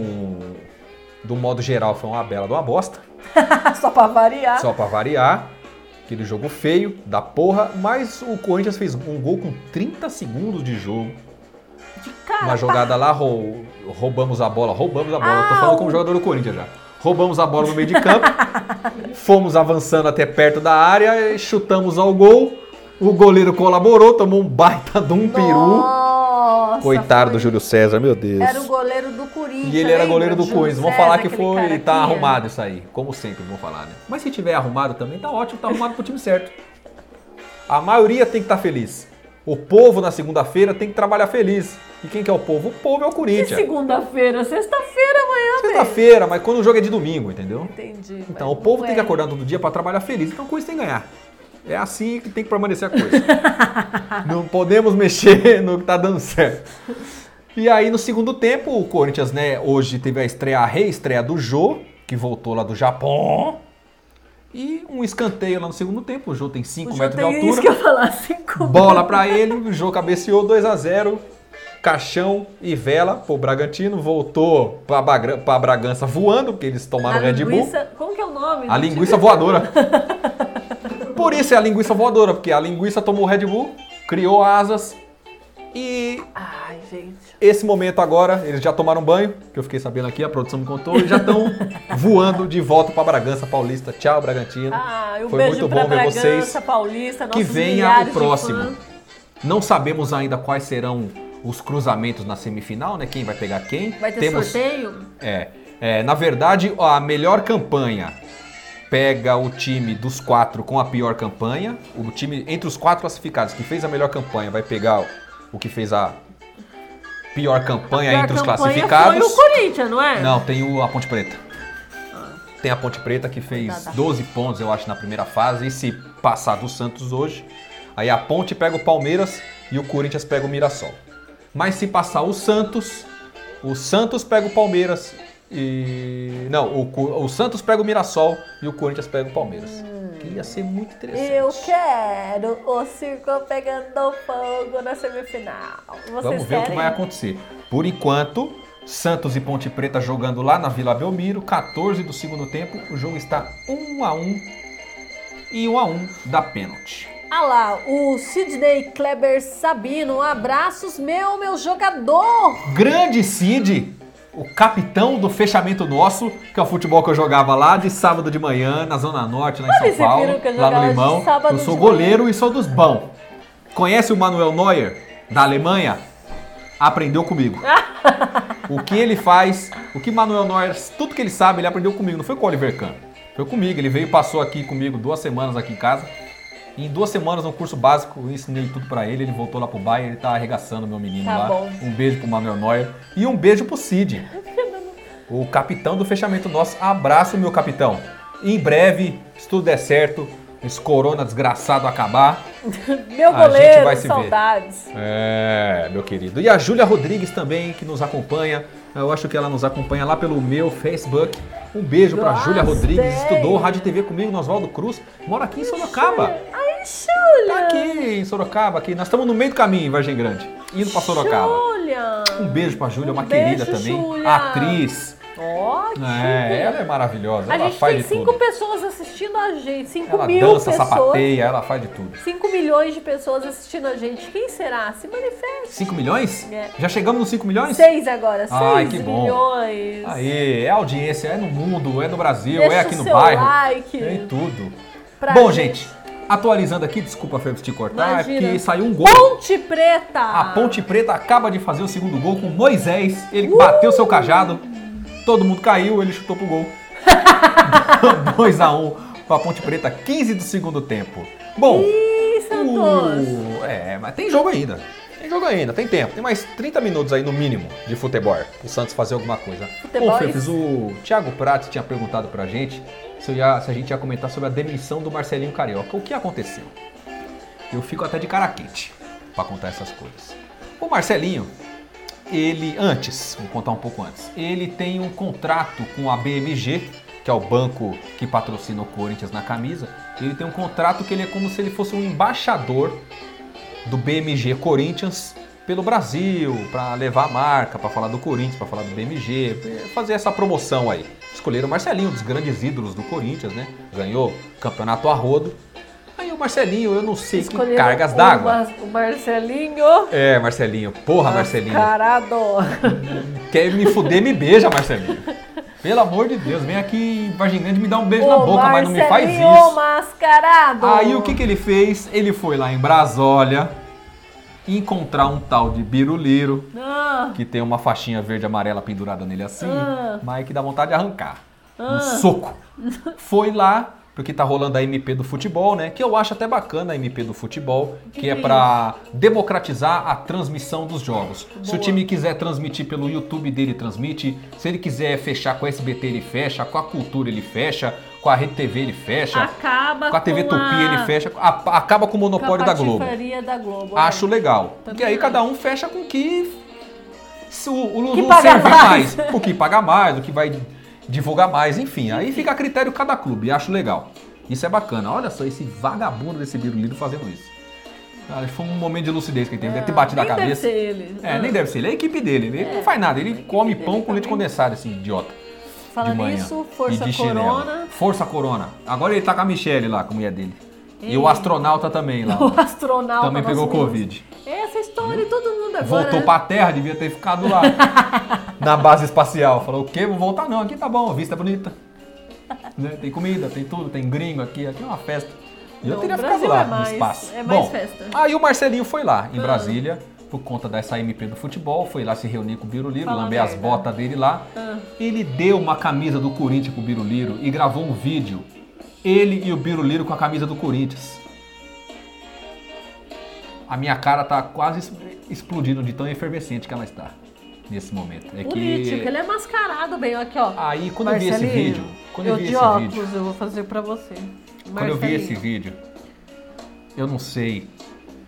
[SPEAKER 1] do modo geral foi uma bela de uma bosta.
[SPEAKER 2] Só pra variar.
[SPEAKER 1] Só pra variar. Aquele jogo feio, da porra. Mas o Corinthians fez um gol com 30 segundos de jogo.
[SPEAKER 2] De cara,
[SPEAKER 1] Uma jogada lá, roubamos a bola. Tô falando como jogador do Corinthians já. Roubamos a bola no meio de campo. Fomos avançando até perto da área, chutamos ao gol. O goleiro colaborou, tomou um baita de um peru.
[SPEAKER 2] Nossa,
[SPEAKER 1] Coitado do
[SPEAKER 2] foi-
[SPEAKER 1] Júlio César, meu Deus.
[SPEAKER 2] Era o goleiro do Corinthians.
[SPEAKER 1] E ele era
[SPEAKER 2] lembra?
[SPEAKER 1] goleiro do
[SPEAKER 2] Júlio
[SPEAKER 1] Corinthians. Vamos
[SPEAKER 2] César,
[SPEAKER 1] falar que
[SPEAKER 2] aquele
[SPEAKER 1] foi, tá
[SPEAKER 2] carequinha.
[SPEAKER 1] arrumado isso aí. Como sempre, vamos falar, né? Mas se tiver arrumado também, tá ótimo, tá arrumado pro time certo. A maioria tem que estar feliz. O povo na segunda-feira tem que trabalhar feliz. E quem que é o povo? O povo é o
[SPEAKER 2] Que
[SPEAKER 1] Corinthians.
[SPEAKER 2] segunda-feira? Sexta-feira amanhã, velho.
[SPEAKER 1] Sexta-feira, mas quando o jogo é de domingo, entendeu?
[SPEAKER 2] Entendi.
[SPEAKER 1] Então,
[SPEAKER 2] mas
[SPEAKER 1] o povo
[SPEAKER 2] não
[SPEAKER 1] tem que
[SPEAKER 2] é.
[SPEAKER 1] acordar todo dia pra trabalhar feliz. Então, o Corinthians tem que ganhar. É assim que tem que permanecer a coisa. Não podemos mexer no que tá dando certo. E aí, no segundo tempo, o Corinthians, né, hoje teve a reestreia do Jô, que voltou lá do Japão. E um escanteio lá no segundo tempo. O Jô tem 5
[SPEAKER 2] O
[SPEAKER 1] metros de
[SPEAKER 2] Jô tem isso que
[SPEAKER 1] altura.
[SPEAKER 2] eu ia falar, 5
[SPEAKER 1] Bola pra ele, o Jô cabeceou 2-0. Caixão e vela pro Bragantino. Voltou pra Bragança voando, porque eles tomaram o Red Bull.
[SPEAKER 2] Como que é o nome?
[SPEAKER 1] A linguiça voadora. Por isso é a linguiça voadora, porque a linguiça tomou o Red Bull, criou asas e
[SPEAKER 2] Ai, gente.
[SPEAKER 1] esse momento agora, eles já tomaram banho, que eu fiquei sabendo aqui, a produção me contou, e já estão voando de volta para Bragança Paulista. Tchau, Bragantino.
[SPEAKER 2] Um
[SPEAKER 1] Foi
[SPEAKER 2] beijo
[SPEAKER 1] muito
[SPEAKER 2] pra
[SPEAKER 1] bom ver
[SPEAKER 2] Bragança,
[SPEAKER 1] vocês.
[SPEAKER 2] Paulista,
[SPEAKER 1] Que
[SPEAKER 2] nossos
[SPEAKER 1] venha
[SPEAKER 2] milhares
[SPEAKER 1] o
[SPEAKER 2] de
[SPEAKER 1] próximo.
[SPEAKER 2] fãs.
[SPEAKER 1] Não sabemos ainda quais serão os cruzamentos na semifinal, né? Quem vai pegar quem.
[SPEAKER 2] Vai ter sorteio?
[SPEAKER 1] Na verdade, a melhor campanha pega o time dos 4 com a pior campanha. O time entre os 4 classificados que fez a melhor campanha vai pegar o que fez a pior campanha entre os classificados.
[SPEAKER 2] Foi o Corinthians, não é?
[SPEAKER 1] Não, tem a Ponte Preta. Tem a Ponte Preta que fez 12 pontos, eu acho, na primeira fase. E se passar do Santos hoje, aí a Ponte pega o Palmeiras e o Corinthians pega o Mirassol. Mas se passar o Santos pega o Palmeiras Não, o Santos pega o Mirassol e o Corinthians pega o Palmeiras. Que ia ser muito interessante.
[SPEAKER 2] Eu quero o circo pegando fogo na semifinal.
[SPEAKER 1] Vamos ver o que vai acontecer. Por enquanto, Santos e Ponte Preta jogando lá na Vila Belmiro, 14 do segundo tempo. O jogo está 1-1 e 1-1 da pênalti.
[SPEAKER 2] Ah lá, o Sidney Kleber Sabino. Abraços, meu jogador.
[SPEAKER 1] Grande Sid, o capitão do fechamento nosso, que é o futebol que eu jogava lá de sábado de manhã, na Zona Norte, lá em São Paulo, lá no Limão. Eu sou goleiro e sou dos bons. Conhece o Manuel Neuer, da Alemanha? Aprendeu comigo. O que ele faz, o que Manuel Neuer, tudo que ele sabe, ele aprendeu comigo. Não foi com o Oliver Kahn, foi comigo. Ele veio e passou aqui comigo 2 semanas aqui em casa. E em 2 semanas, no curso básico, eu ensinei tudo pra ele. Ele voltou lá pro Bayern, ele tá arregaçando meu menino lá.
[SPEAKER 2] Bom.
[SPEAKER 1] Um beijo pro Manuel Neuer e um beijo pro Cid, o capitão do fechamento nosso. Abraço, meu capitão. E em breve, se tudo der certo, esse corona desgraçado acabar,
[SPEAKER 2] meu
[SPEAKER 1] a
[SPEAKER 2] goleiro,
[SPEAKER 1] gente vai se
[SPEAKER 2] saudades.
[SPEAKER 1] ver. Meu querido. E a Júlia Rodrigues também, que nos acompanha. Eu acho que ela nos acompanha lá pelo meu Facebook. Um beijo pra Júlia Rodrigues. Estudou Rádio e TV comigo no Oswaldo Cruz. Mora aqui em Sorocaba.
[SPEAKER 2] Ai, Júlia.
[SPEAKER 1] Tá aqui em Sorocaba. Aqui. Nós estamos no meio do caminho em Vargem Grande. Indo pra Sorocaba.
[SPEAKER 2] Júlia.
[SPEAKER 1] Um beijo pra Júlia, uma querida também.
[SPEAKER 2] Júlia.
[SPEAKER 1] Atriz.
[SPEAKER 2] Ótimo.
[SPEAKER 1] Ela é maravilhosa.
[SPEAKER 2] A
[SPEAKER 1] Ela
[SPEAKER 2] gente
[SPEAKER 1] faz
[SPEAKER 2] tem
[SPEAKER 1] de
[SPEAKER 2] 5
[SPEAKER 1] tudo.
[SPEAKER 2] pessoas assistindo a gente. 5
[SPEAKER 1] Ela
[SPEAKER 2] mil
[SPEAKER 1] dança,
[SPEAKER 2] pessoas.
[SPEAKER 1] sapateia, ela faz de tudo.
[SPEAKER 2] 5 milhões de pessoas assistindo a gente. Quem será? Se manifeste.
[SPEAKER 1] 5 milhões?
[SPEAKER 2] É.
[SPEAKER 1] Já chegamos nos 5 milhões?
[SPEAKER 2] 6 agora. 6
[SPEAKER 1] Ai, que bom.
[SPEAKER 2] milhões.
[SPEAKER 1] Aí, é audiência, é no mundo, é no Brasil,
[SPEAKER 2] Deixa
[SPEAKER 1] é aqui
[SPEAKER 2] o
[SPEAKER 1] no
[SPEAKER 2] seu
[SPEAKER 1] bairro.
[SPEAKER 2] like.
[SPEAKER 1] É em tudo.
[SPEAKER 2] Pra
[SPEAKER 1] Bom, gente, atualizando aqui, desculpa, Fê, te cortar,
[SPEAKER 2] Imagina.
[SPEAKER 1] é porque saiu um gol.
[SPEAKER 2] Ponte Preta.
[SPEAKER 1] A Ponte Preta acaba de fazer o segundo gol com Moisés. Ele bateu seu cajado, todo mundo caiu, ele chutou pro gol. 2-1 pra Ponte Preta, 15 do segundo tempo. Bom,
[SPEAKER 2] Ih, Santos.
[SPEAKER 1] mas tem jogo ainda. Tem jogo ainda, tem tempo. Tem mais 30 minutos aí no mínimo de futebol. O Santos fazer alguma coisa.
[SPEAKER 2] Futebol.
[SPEAKER 1] Ô, Fefes, o Thiago Prats tinha perguntado pra gente se a gente ia comentar sobre a demissão do Marcelinho Carioca. O que aconteceu? Eu fico até de cara quente pra contar essas coisas. O Marcelinho, vou contar um pouco antes. Ele tem um contrato com a BMG, que é o banco que patrocina o Corinthians na camisa. Ele tem um contrato que ele é como se ele fosse um embaixador do BMG Corinthians pelo Brasil, para levar a marca, para falar do Corinthians, para falar do BMG, fazer essa promoção aí. Escolheram o Marcelinho, um dos grandes ídolos do Corinthians, né? Ganhou campeonato a rodo. Aí o Marcelinho, eu não sei que cargas d'água.
[SPEAKER 2] O Marcelinho.
[SPEAKER 1] Marcelinho. Porra, Marcelinho.
[SPEAKER 2] Mascarado.
[SPEAKER 1] Quer me fuder, me beija, Marcelinho. Pelo amor de Deus, vem aqui em Vargem Grande me dá um beijo na boca, mas não me faz isso.
[SPEAKER 2] Mascarado.
[SPEAKER 1] Aí o que ele fez? Ele foi lá em Brasólia encontrar um tal de Biruliro, que tem uma faixinha verde e amarela pendurada nele assim, mas que dá vontade de arrancar. Um soco. Foi lá, porque tá rolando a MP do futebol, né? Que eu acho até bacana a MP do futebol, que é pra democratizar a transmissão dos jogos.
[SPEAKER 2] Boa.
[SPEAKER 1] Se o time quiser transmitir pelo YouTube dele, transmite. Se ele quiser fechar com a SBT, ele fecha. Com a Cultura, ele fecha. Com a Rede TV, ele fecha.
[SPEAKER 2] Acaba
[SPEAKER 1] com a TV Tupi, ele fecha. Acaba com o monopólio da Globo.
[SPEAKER 2] Da Globo.
[SPEAKER 1] Acho legal.
[SPEAKER 2] Também
[SPEAKER 1] Porque aí
[SPEAKER 2] acho.
[SPEAKER 1] cada um fecha com o que o
[SPEAKER 2] Que
[SPEAKER 1] Lulu
[SPEAKER 2] paga
[SPEAKER 1] servir
[SPEAKER 2] mais.
[SPEAKER 1] mais. O que paga mais, o que vai divulgar mais, enfim. Aí fica a critério cada clube, acho legal. Isso é bacana. Olha só esse vagabundo desse Biruliro fazendo isso. Cara, foi um momento de lucidez que ele teve. Deve ter batido a cabeça.
[SPEAKER 2] Nem deve ser ele.
[SPEAKER 1] Nem deve ser ele. É a equipe dele. Ele não faz nada. Ele come
[SPEAKER 2] equipe
[SPEAKER 1] pão
[SPEAKER 2] dele
[SPEAKER 1] com leite
[SPEAKER 2] também.
[SPEAKER 1] condensado, esse idiota.
[SPEAKER 2] Falando
[SPEAKER 1] de manhã.
[SPEAKER 2] nisso,
[SPEAKER 1] E
[SPEAKER 2] Força
[SPEAKER 1] de chinelo.
[SPEAKER 2] Corona.
[SPEAKER 1] Força Corona. Agora ele tá com a Michelle lá, com a mulher dele. E o astronauta também lá.
[SPEAKER 2] O astronauta.
[SPEAKER 1] Também pegou
[SPEAKER 2] nosso
[SPEAKER 1] Covid.
[SPEAKER 2] Essa história todo mundo agora.
[SPEAKER 1] Voltou
[SPEAKER 2] né?
[SPEAKER 1] pra Terra, devia ter ficado lá. Na base espacial. Falou, o quê? Vou voltar não, aqui tá bom, a vista é bonita. Né? Tem comida, tem tudo, tem gringo aqui é uma festa. E eu
[SPEAKER 2] Não,
[SPEAKER 1] teria
[SPEAKER 2] o Brasil
[SPEAKER 1] ficado lá
[SPEAKER 2] é mais-
[SPEAKER 1] no espaço.
[SPEAKER 2] é mais
[SPEAKER 1] Bom,
[SPEAKER 2] festa.
[SPEAKER 1] aí o Marcelinho foi lá, em Brasília, por conta dessa MP do futebol, foi lá se reunir com o Biruliro,
[SPEAKER 2] Fala
[SPEAKER 1] lamber as
[SPEAKER 2] merda.
[SPEAKER 1] botas dele lá. Ele deu uma camisa do Corinthians pro Biruliro e gravou um vídeo. Ele e o Biruliro com a camisa do Corinthians. A minha cara tá quase explodindo de tão efervescente que ela está nesse momento. É
[SPEAKER 2] Político, ele é mascarado bem, aqui ó.
[SPEAKER 1] Aí quando eu vi esse
[SPEAKER 2] Marcelinho,
[SPEAKER 1] vídeo, quando eu vi
[SPEAKER 2] de
[SPEAKER 1] esse
[SPEAKER 2] óculos
[SPEAKER 1] vídeo,
[SPEAKER 2] eu vou fazer pra você.
[SPEAKER 1] quando eu vi esse
[SPEAKER 2] Marcelinho.
[SPEAKER 1] vídeo, eu não sei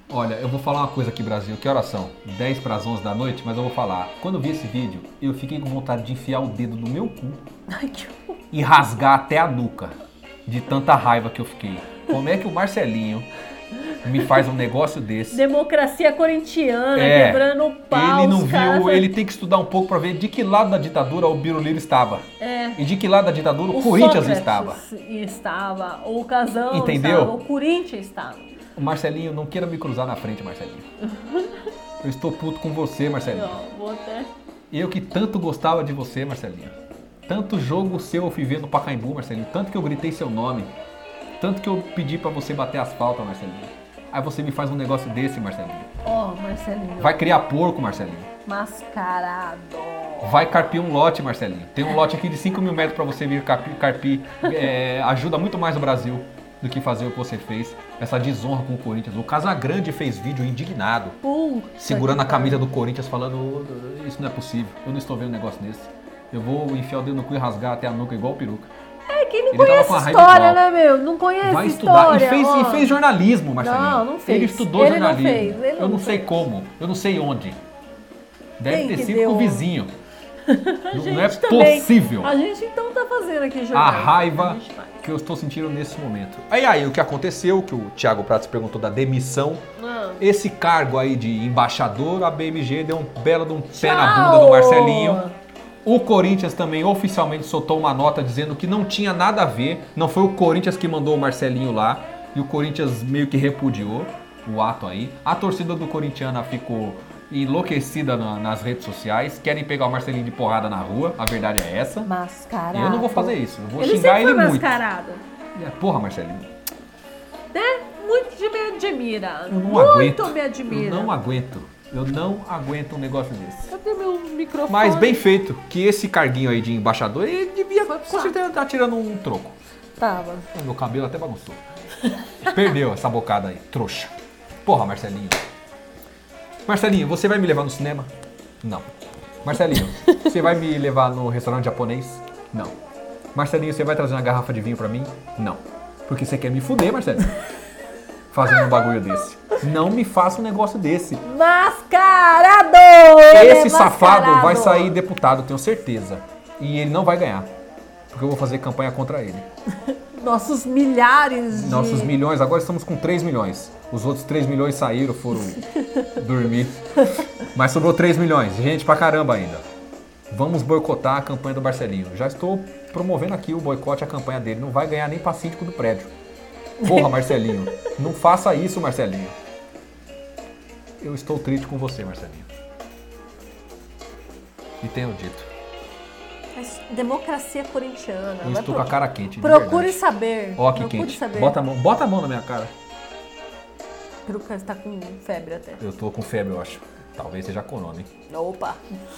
[SPEAKER 1] Olha, eu vou falar uma coisa aqui, Brasil. Que horas são? 10 para as 11 da noite, mas eu vou falar. Quando eu vi esse vídeo, eu fiquei com vontade de enfiar o dedo no meu cu e rasgar até a nuca, de tanta raiva que eu fiquei. Como é que o Marcelinho me faz um negócio desse?
[SPEAKER 2] Democracia corintiana, quebrando o pau.
[SPEAKER 1] Ele não viu, ele tem que estudar um pouco para ver de que lado da ditadura o Biruliro estava. E de que lado da ditadura o Corinthians estava.
[SPEAKER 2] Estava, o Casão
[SPEAKER 1] entendeu?
[SPEAKER 2] Estava, o Corinthians estava.
[SPEAKER 1] Marcelinho, não queira me cruzar na frente, Marcelinho. Eu estou puto com você, Marcelinho.
[SPEAKER 2] Vou até...
[SPEAKER 1] Eu que tanto gostava de você, Marcelinho. Tanto jogo seu eu fui ver no Pacaembu, Marcelinho. Tanto que eu gritei seu nome. Tanto que eu pedi pra você bater as faltas, Marcelinho. Aí você me faz um negócio desse, Marcelinho.
[SPEAKER 2] Marcelinho.
[SPEAKER 1] Vai criar porco, Marcelinho.
[SPEAKER 2] Mascarado.
[SPEAKER 1] Vai carpir um lote, Marcelinho. Tem um lote aqui de 5 mil metros pra você vir carpir. Ajuda muito mais o Brasil do que fazer o que você fez. Essa desonra com o Corinthians. O Casagrande fez vídeo indignado. Segurando a camisa do Corinthians, falando: isso não é possível. Eu não estou vendo um negócio desse. Eu vou enfiar o dedo no cu e rasgar até a nuca igual o peruca.
[SPEAKER 2] Quem não conhece história, né, meu? Não conhece
[SPEAKER 1] vai estudar.
[SPEAKER 2] História.
[SPEAKER 1] E fez jornalismo, Marcelinho.
[SPEAKER 2] Não fez.
[SPEAKER 1] Ele estudou jornalismo.
[SPEAKER 2] Não fez.
[SPEAKER 1] Eu não sei como. Eu não sei onde. Deve ter sido com o vizinho. Não é possível.
[SPEAKER 2] A gente então tá fazendo aqui jornalismo.
[SPEAKER 1] A raiva que eu estou sentindo nesse momento. Aí, o que aconteceu, que o Thiago Prats perguntou da demissão. Esse cargo aí de embaixador, a BMG deu um belo de um pé na bunda do Marcelinho. O Corinthians também oficialmente soltou uma nota dizendo que não tinha nada a ver. Não foi o Corinthians que mandou o Marcelinho lá. E o Corinthians meio que repudiou o ato aí. A torcida do Corinthians ficou enlouquecida nas redes sociais. Querem pegar o Marcelinho de porrada na rua. A verdade é essa.
[SPEAKER 2] Mascarado.
[SPEAKER 1] Eu não vou fazer isso. Eu vou xingar ele muito.
[SPEAKER 2] Mascarado.
[SPEAKER 1] Porra, Marcelinho.
[SPEAKER 2] Muito me admira.
[SPEAKER 1] Eu não aguento.
[SPEAKER 2] Muito me admira.
[SPEAKER 1] Eu não aguento um negócio desse.
[SPEAKER 2] Cadê meu microfone?
[SPEAKER 1] Mas bem feito, que esse carguinho aí de embaixador, ele devia com certeza estar tirando um troco.
[SPEAKER 2] Tava.
[SPEAKER 1] Meu cabelo até bagunçou. Perdeu essa bocada aí, trouxa. Porra, Marcelinho. Marcelinho, você vai me levar no cinema? Não. Marcelinho, você vai me levar no restaurante japonês? Não. Marcelinho, você vai trazer uma garrafa de vinho pra mim? Não. Porque você quer me fuder, Marcelinho. Fazendo um bagulho desse. Não me faça um negócio desse.
[SPEAKER 2] Mascarado!
[SPEAKER 1] Esse safado vai sair deputado, tenho certeza. E ele não vai ganhar. Porque eu vou fazer campanha contra ele.
[SPEAKER 2] Nossos milhares de...
[SPEAKER 1] Nossos milhões, agora estamos com 3 milhões. Os outros 3 milhões saíram, foram dormir. Mas sobrou 3 milhões. Gente pra caramba ainda. Vamos boicotar a campanha do Marcelinho. Já estou promovendo aqui o boicote à campanha dele. Não vai ganhar nem pra síndico do prédio. Porra, Marcelinho. Não faça isso, Marcelinho. Eu estou triste com você, Marcelinho. E tenho dito.
[SPEAKER 2] Mas democracia corintiana.
[SPEAKER 1] Eu estou com a cara quente, de
[SPEAKER 2] Procure
[SPEAKER 1] verdade.
[SPEAKER 2] saber.
[SPEAKER 1] Ó, que quente.
[SPEAKER 2] Saber.
[SPEAKER 1] Bota a mão na minha cara.
[SPEAKER 2] A peruca está com febre até.
[SPEAKER 1] Eu tô com febre, eu acho. Talvez seja corona, hein?
[SPEAKER 2] Opa.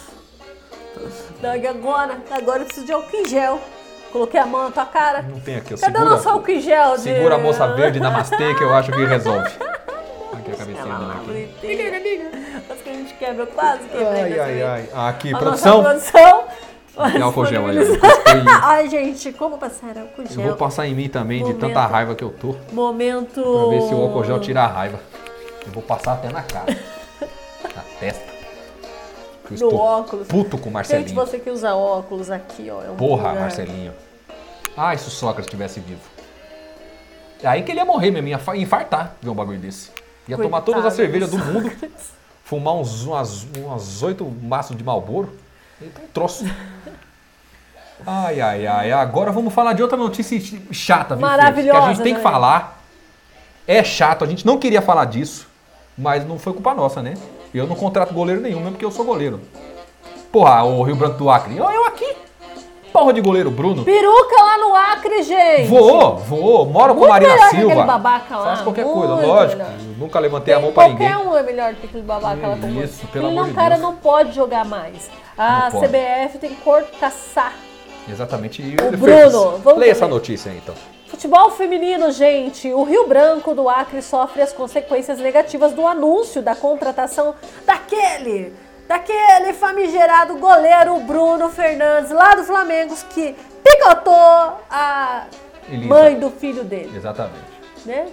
[SPEAKER 2] Agora eu preciso de álcool em gel. Coloquei a mão na tua cara.
[SPEAKER 1] Não tem aqui,
[SPEAKER 2] Cadê o nosso álcool em gel?
[SPEAKER 1] Segura a moça verde, namastê, que eu acho que resolve. Aqui a cabecinha dela aqui.
[SPEAKER 2] Acho que a gente quebra, quase quebra.
[SPEAKER 1] Ai. Aqui, produção. Tem álcool gel aí.
[SPEAKER 2] Ai, gente, como passar álcool gel?
[SPEAKER 1] Eu vou passar em mim também, de tanta raiva que eu tô.
[SPEAKER 2] Momento...
[SPEAKER 1] Pra ver se o álcool gel tira a raiva. Eu vou passar até na cara. Na testa. Eu
[SPEAKER 2] no óculos.
[SPEAKER 1] Puto com o Marcelinho.
[SPEAKER 2] Gente, você que usa óculos aqui, ó.
[SPEAKER 1] Porra, lugar. Marcelinho. Ah, se o Sócrates estivesse vivo. É aí que ele ia morrer mesmo, ia infartar ver um bagulho desse. Ia tomar todas as cervejas do mundo, fumar umas 8 maços de Marlboro. Ele tá um troço. Ai. Agora vamos falar de outra notícia chata, viu?
[SPEAKER 2] Maravilhosa.
[SPEAKER 1] Que a gente tem que falar. É chato, a gente não queria falar disso, mas não foi culpa nossa, né? Eu não contrato goleiro nenhum, mesmo porque eu sou goleiro. Porra, o Rio Branco do Acre. Eu aqui. Porra de goleiro, Bruno.
[SPEAKER 2] Peruca lá no Acre, gente.
[SPEAKER 1] Vou. Moro com Marina Silva.
[SPEAKER 2] Aquele babaca lá.
[SPEAKER 1] Faz qualquer coisa, lógico. Nunca levantei a mão pra ninguém.
[SPEAKER 2] Qualquer um é melhor que aquele babaca lá com você.
[SPEAKER 1] Isso, pelo amor de Deus.
[SPEAKER 2] O cara não pode jogar mais. A CBF tem que caçar.
[SPEAKER 1] Exatamente.
[SPEAKER 2] O Bruno.
[SPEAKER 1] Vamos leia essa notícia aí, então.
[SPEAKER 2] Futebol feminino, gente. O Rio Branco do Acre sofre as consequências negativas do anúncio da contratação daquele famigerado goleiro Bruno Fernandes, lá do Flamengo, que picotou a mãe do filho dele.
[SPEAKER 1] Exatamente.
[SPEAKER 2] Né?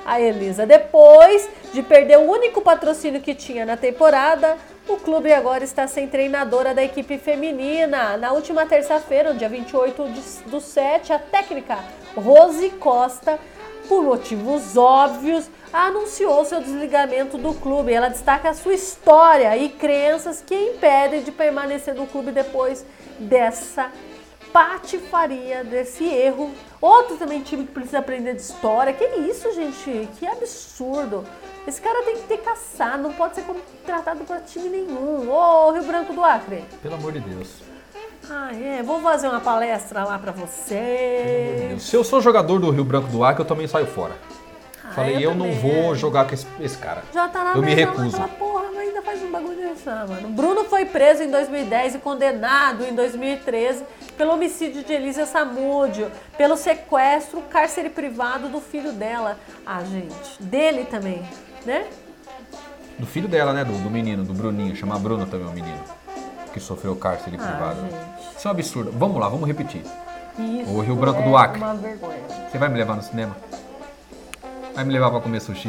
[SPEAKER 2] a Elisa. Depois de perder o único patrocínio que tinha na temporada, o clube agora está sem treinadora da equipe feminina. Na última terça-feira, no dia 28/7, a técnica Rose Costa, por motivos óbvios, anunciou seu desligamento do clube. Ela destaca a sua história e crenças que impedem de permanecer no clube depois dessa patifaria, desse erro. Outro também time que precisa aprender de história. Que isso, gente? Que absurdo. Esse cara tem que ter caçado, não pode ser contratado para time nenhum. Ô, Rio Branco do Acre.
[SPEAKER 1] Pelo amor de Deus.
[SPEAKER 2] Ah, vou fazer uma palestra lá pra você.
[SPEAKER 1] Se eu sou jogador do Rio Branco do Acre, eu também saio fora. Falei, eu não vou jogar com esse cara.
[SPEAKER 2] Já tá na
[SPEAKER 1] eu me recuso.
[SPEAKER 2] Porra, mas ainda faz um bagulho desse, mano. Bruno foi preso em 2010 e condenado em 2013 pelo homicídio de Elisa Samúdio, pelo sequestro, cárcere privado do filho dela. Ah, gente, dele também, né?
[SPEAKER 1] Do filho dela, né? Do menino, do Bruninho. Chama Bruno também o menino. Que sofreu cárcere privado.
[SPEAKER 2] Gente.
[SPEAKER 1] Isso é um absurdo. Vamos lá, vamos repetir.
[SPEAKER 2] Isso
[SPEAKER 1] o Rio Branco do Acre.
[SPEAKER 2] Uma vergonha.
[SPEAKER 1] Você vai me levar no cinema? Vai me levar pra comer sushi?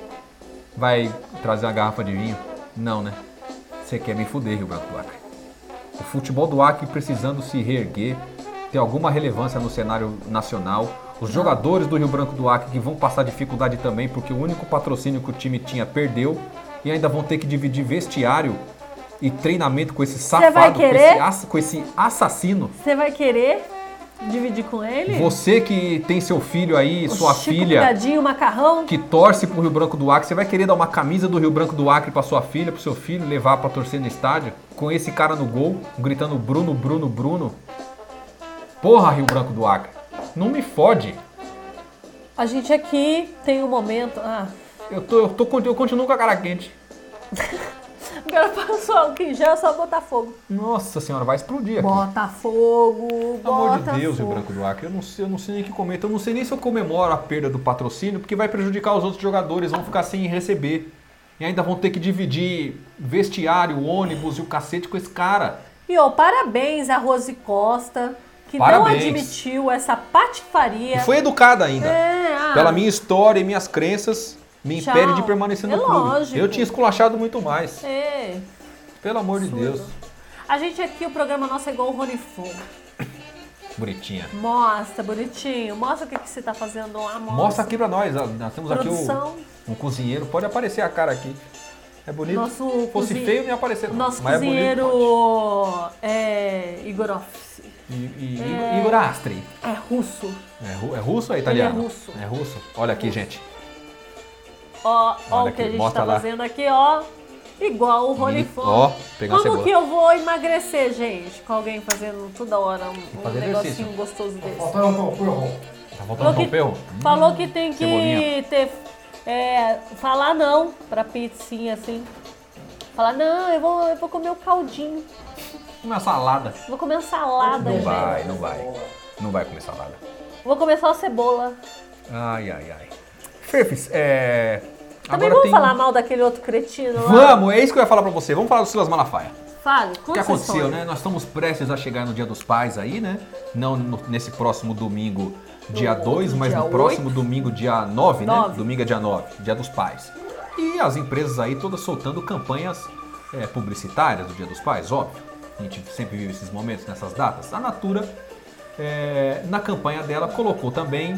[SPEAKER 1] Vai trazer uma garrafa de vinho? Não, né? Você quer me fuder, Rio Branco do Acre. O futebol do Acre precisando se reerguer, ter alguma relevância no cenário nacional. Os jogadores do Rio Branco do Acre que vão passar dificuldade também, porque o único patrocínio que o time tinha perdeu e ainda vão ter que dividir vestiário e treinamento com esse safado, com esse assassino.
[SPEAKER 2] Você vai querer dividir com ele?
[SPEAKER 1] Você que tem seu filho aí, sua filha,
[SPEAKER 2] macarrão,
[SPEAKER 1] que torce pro Rio Branco do Acre, você vai querer dar uma camisa do Rio Branco do Acre pra sua filha, pro seu filho, levar pra torcer no estádio, com esse cara no gol, gritando Bruno, Bruno, Bruno? Porra, Rio Branco do Acre, não me fode.
[SPEAKER 2] A gente aqui tem um momento...
[SPEAKER 1] Eu continuo com a cara quente.
[SPEAKER 2] Agora passou álcool em gel, é só botar fogo.
[SPEAKER 1] Nossa senhora, vai explodir aqui.
[SPEAKER 2] Bota fogo,
[SPEAKER 1] Pelo amor de Deus, Rio Branco do Acre, eu não sei nem o que comentar. Eu não sei nem se eu comemoro a perda do patrocínio, porque vai prejudicar os outros jogadores, vão ficar sem receber. E ainda vão ter que dividir vestiário, ônibus e o cacete com esse cara.
[SPEAKER 2] E parabéns a Rose Costa, que não admitiu essa patifaria.
[SPEAKER 1] E foi educada ainda. Pela minha história e minhas crenças, me impede de permanecer no clube.
[SPEAKER 2] Lógico.
[SPEAKER 1] Eu tinha esculachado muito mais. Pelo amor de Deus.
[SPEAKER 2] A gente aqui, o programa nosso é igual o Rony Fon.
[SPEAKER 1] Bonitinha.
[SPEAKER 2] Mostra, bonitinho. Mostra o que você tá fazendo lá.
[SPEAKER 1] Mostra aqui pra nós. Nós temos aqui um cozinheiro. Pode aparecer a cara aqui. É bonito. Se fosse feio, não ia aparecer. Não.
[SPEAKER 2] Nosso
[SPEAKER 1] mas
[SPEAKER 2] cozinheiro
[SPEAKER 1] Igor Astri.
[SPEAKER 2] É russo.
[SPEAKER 1] É russo ou é italiano?
[SPEAKER 2] Ele é russo.
[SPEAKER 1] É russo. Olha aqui, gente.
[SPEAKER 2] Ó o que a gente tá fazendo aqui, ó. Igual o Rony Fon.
[SPEAKER 1] Ó, pegar a cebola.
[SPEAKER 2] Como que eu vou emagrecer, gente? Com alguém fazendo toda hora um negocinho gostoso desse.
[SPEAKER 1] Tá faltando um pão perro?
[SPEAKER 2] Falou que tem que ter... falar não pra pizzinha, assim. Falar, não, eu vou comer o caldinho.
[SPEAKER 1] Uma salada.
[SPEAKER 2] Vou comer uma salada,
[SPEAKER 1] não
[SPEAKER 2] gente.
[SPEAKER 1] Não vai comer salada.
[SPEAKER 2] Vou comer só a cebola.
[SPEAKER 1] Ai. Fefes,
[SPEAKER 2] Também vamos falar mal daquele outro cretino lá?
[SPEAKER 1] Vamos, é isso que eu ia falar pra você. Vamos falar do Silas Malafaia.
[SPEAKER 2] Fale,
[SPEAKER 1] o que aconteceu, né? Nós estamos prestes a chegar no Dia dos Pais aí, né? Não nesse próximo domingo, dia 2, mas no próximo domingo, dia 9, né? Domingo é dia 9, Dia dos Pais. E as empresas aí todas soltando campanhas publicitárias do Dia dos Pais, óbvio. A gente sempre vive esses momentos nessas datas. A Natura, na campanha dela, colocou também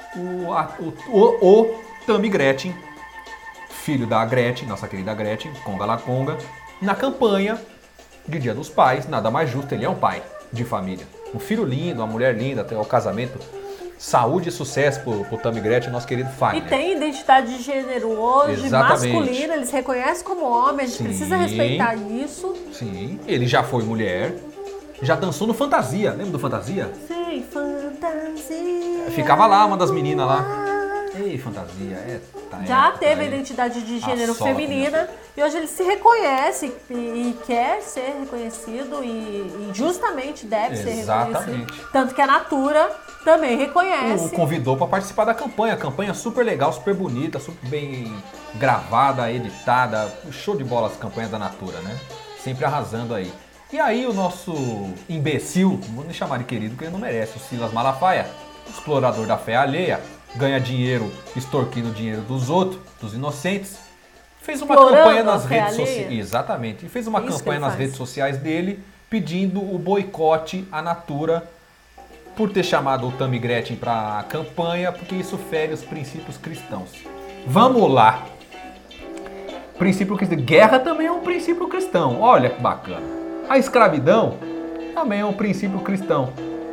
[SPEAKER 1] o Tammy Gretchen, filho da Gretchen, nossa querida Gretchen, Conga La Conga, na campanha de Dia dos Pais. Nada mais justo, ele é um pai de família. Um filho lindo, uma mulher linda, até o casamento. Saúde e sucesso pro Tammy Gretchen, nosso querido Fagner.
[SPEAKER 2] E tem identidade de gênero hoje, masculina, eles reconhecem como homem, a gente precisa respeitar isso.
[SPEAKER 1] Sim, ele já foi mulher, já dançou no Fantasia, lembra do Fantasia?
[SPEAKER 2] Sim, Fantasia.
[SPEAKER 1] Ficava lá uma das meninas lá. Ei, Fantasia,
[SPEAKER 2] já teve a identidade de gênero feminina e hoje ele se reconhece e quer ser reconhecido e justamente deve ser reconhecido. Tanto que a Natura também reconhece.
[SPEAKER 1] O convidou para participar da campanha. Campanha super legal, super bonita, super bem gravada, editada. Show de bola as campanhas da Natura, né? Sempre arrasando aí. E aí o nosso imbecil, não vou nem chamar de querido porque ele não merece, o Silas Malafaia, explorador da fé alheia, ganha dinheiro extorquindo o dinheiro dos outros, dos inocentes. Fez uma
[SPEAKER 2] Explorando
[SPEAKER 1] campanha
[SPEAKER 2] a
[SPEAKER 1] nas
[SPEAKER 2] fé
[SPEAKER 1] redes sociais.
[SPEAKER 2] alheia.
[SPEAKER 1] Exatamente. E fez uma
[SPEAKER 2] Isso que
[SPEAKER 1] campanha
[SPEAKER 2] ele
[SPEAKER 1] nas
[SPEAKER 2] faz.
[SPEAKER 1] redes sociais dele pedindo o boicote à Natura por ter chamado o Tammy Gretchen para a campanha, porque isso fere os princípios cristãos. Vamos lá. Princípio cristão. Guerra também é um princípio cristão. Olha que bacana. A escravidão também é um princípio cristão.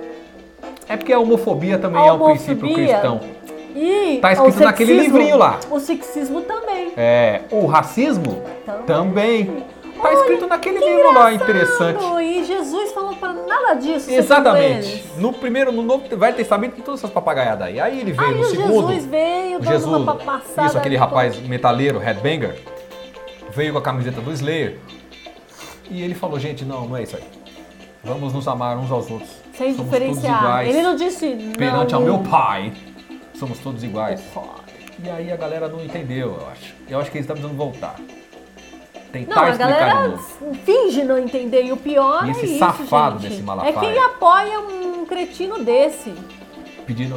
[SPEAKER 1] É porque a homofobia também é um princípio cristão.
[SPEAKER 2] E
[SPEAKER 1] Tá escrito
[SPEAKER 2] o
[SPEAKER 1] naquele
[SPEAKER 2] sexismo,
[SPEAKER 1] livrinho lá.
[SPEAKER 2] O sexismo também.
[SPEAKER 1] O racismo também. Tá
[SPEAKER 2] Olha,
[SPEAKER 1] escrito naquele
[SPEAKER 2] que
[SPEAKER 1] livro lá,
[SPEAKER 2] engraçado.
[SPEAKER 1] interessante.
[SPEAKER 2] E Jesus falou para nada disso. segundo
[SPEAKER 1] Exatamente.
[SPEAKER 2] eles.
[SPEAKER 1] No Novo Velho Testamento tem todas essas papagaiadas aí. Aí ele veio
[SPEAKER 2] Aí
[SPEAKER 1] no
[SPEAKER 2] o
[SPEAKER 1] segundo.
[SPEAKER 2] Jesus veio
[SPEAKER 1] o
[SPEAKER 2] dando
[SPEAKER 1] Jesus,
[SPEAKER 2] uma passada.
[SPEAKER 1] isso, aquele rapaz metaleiro, headbanger, veio com a camiseta do Slayer. E ele falou, gente, não é isso aí. Vamos nos amar uns aos outros.
[SPEAKER 2] Sem
[SPEAKER 1] Somos
[SPEAKER 2] diferenciar.
[SPEAKER 1] todos iguais.
[SPEAKER 2] Ele não disse
[SPEAKER 1] Perante
[SPEAKER 2] não,
[SPEAKER 1] ao meu pai, somos todos iguais.
[SPEAKER 2] pai.
[SPEAKER 1] E aí a galera não entendeu, eu acho. Eu acho que eles estão precisando voltar.
[SPEAKER 2] Não,
[SPEAKER 1] Tentar
[SPEAKER 2] a
[SPEAKER 1] explicar de
[SPEAKER 2] galera
[SPEAKER 1] novo.
[SPEAKER 2] finge não entender. E o pior
[SPEAKER 1] E
[SPEAKER 2] é
[SPEAKER 1] esse
[SPEAKER 2] isso,
[SPEAKER 1] safado
[SPEAKER 2] gente.
[SPEAKER 1] desse Malafaia.
[SPEAKER 2] É quem apoia um cretino desse.
[SPEAKER 1] Pedindo.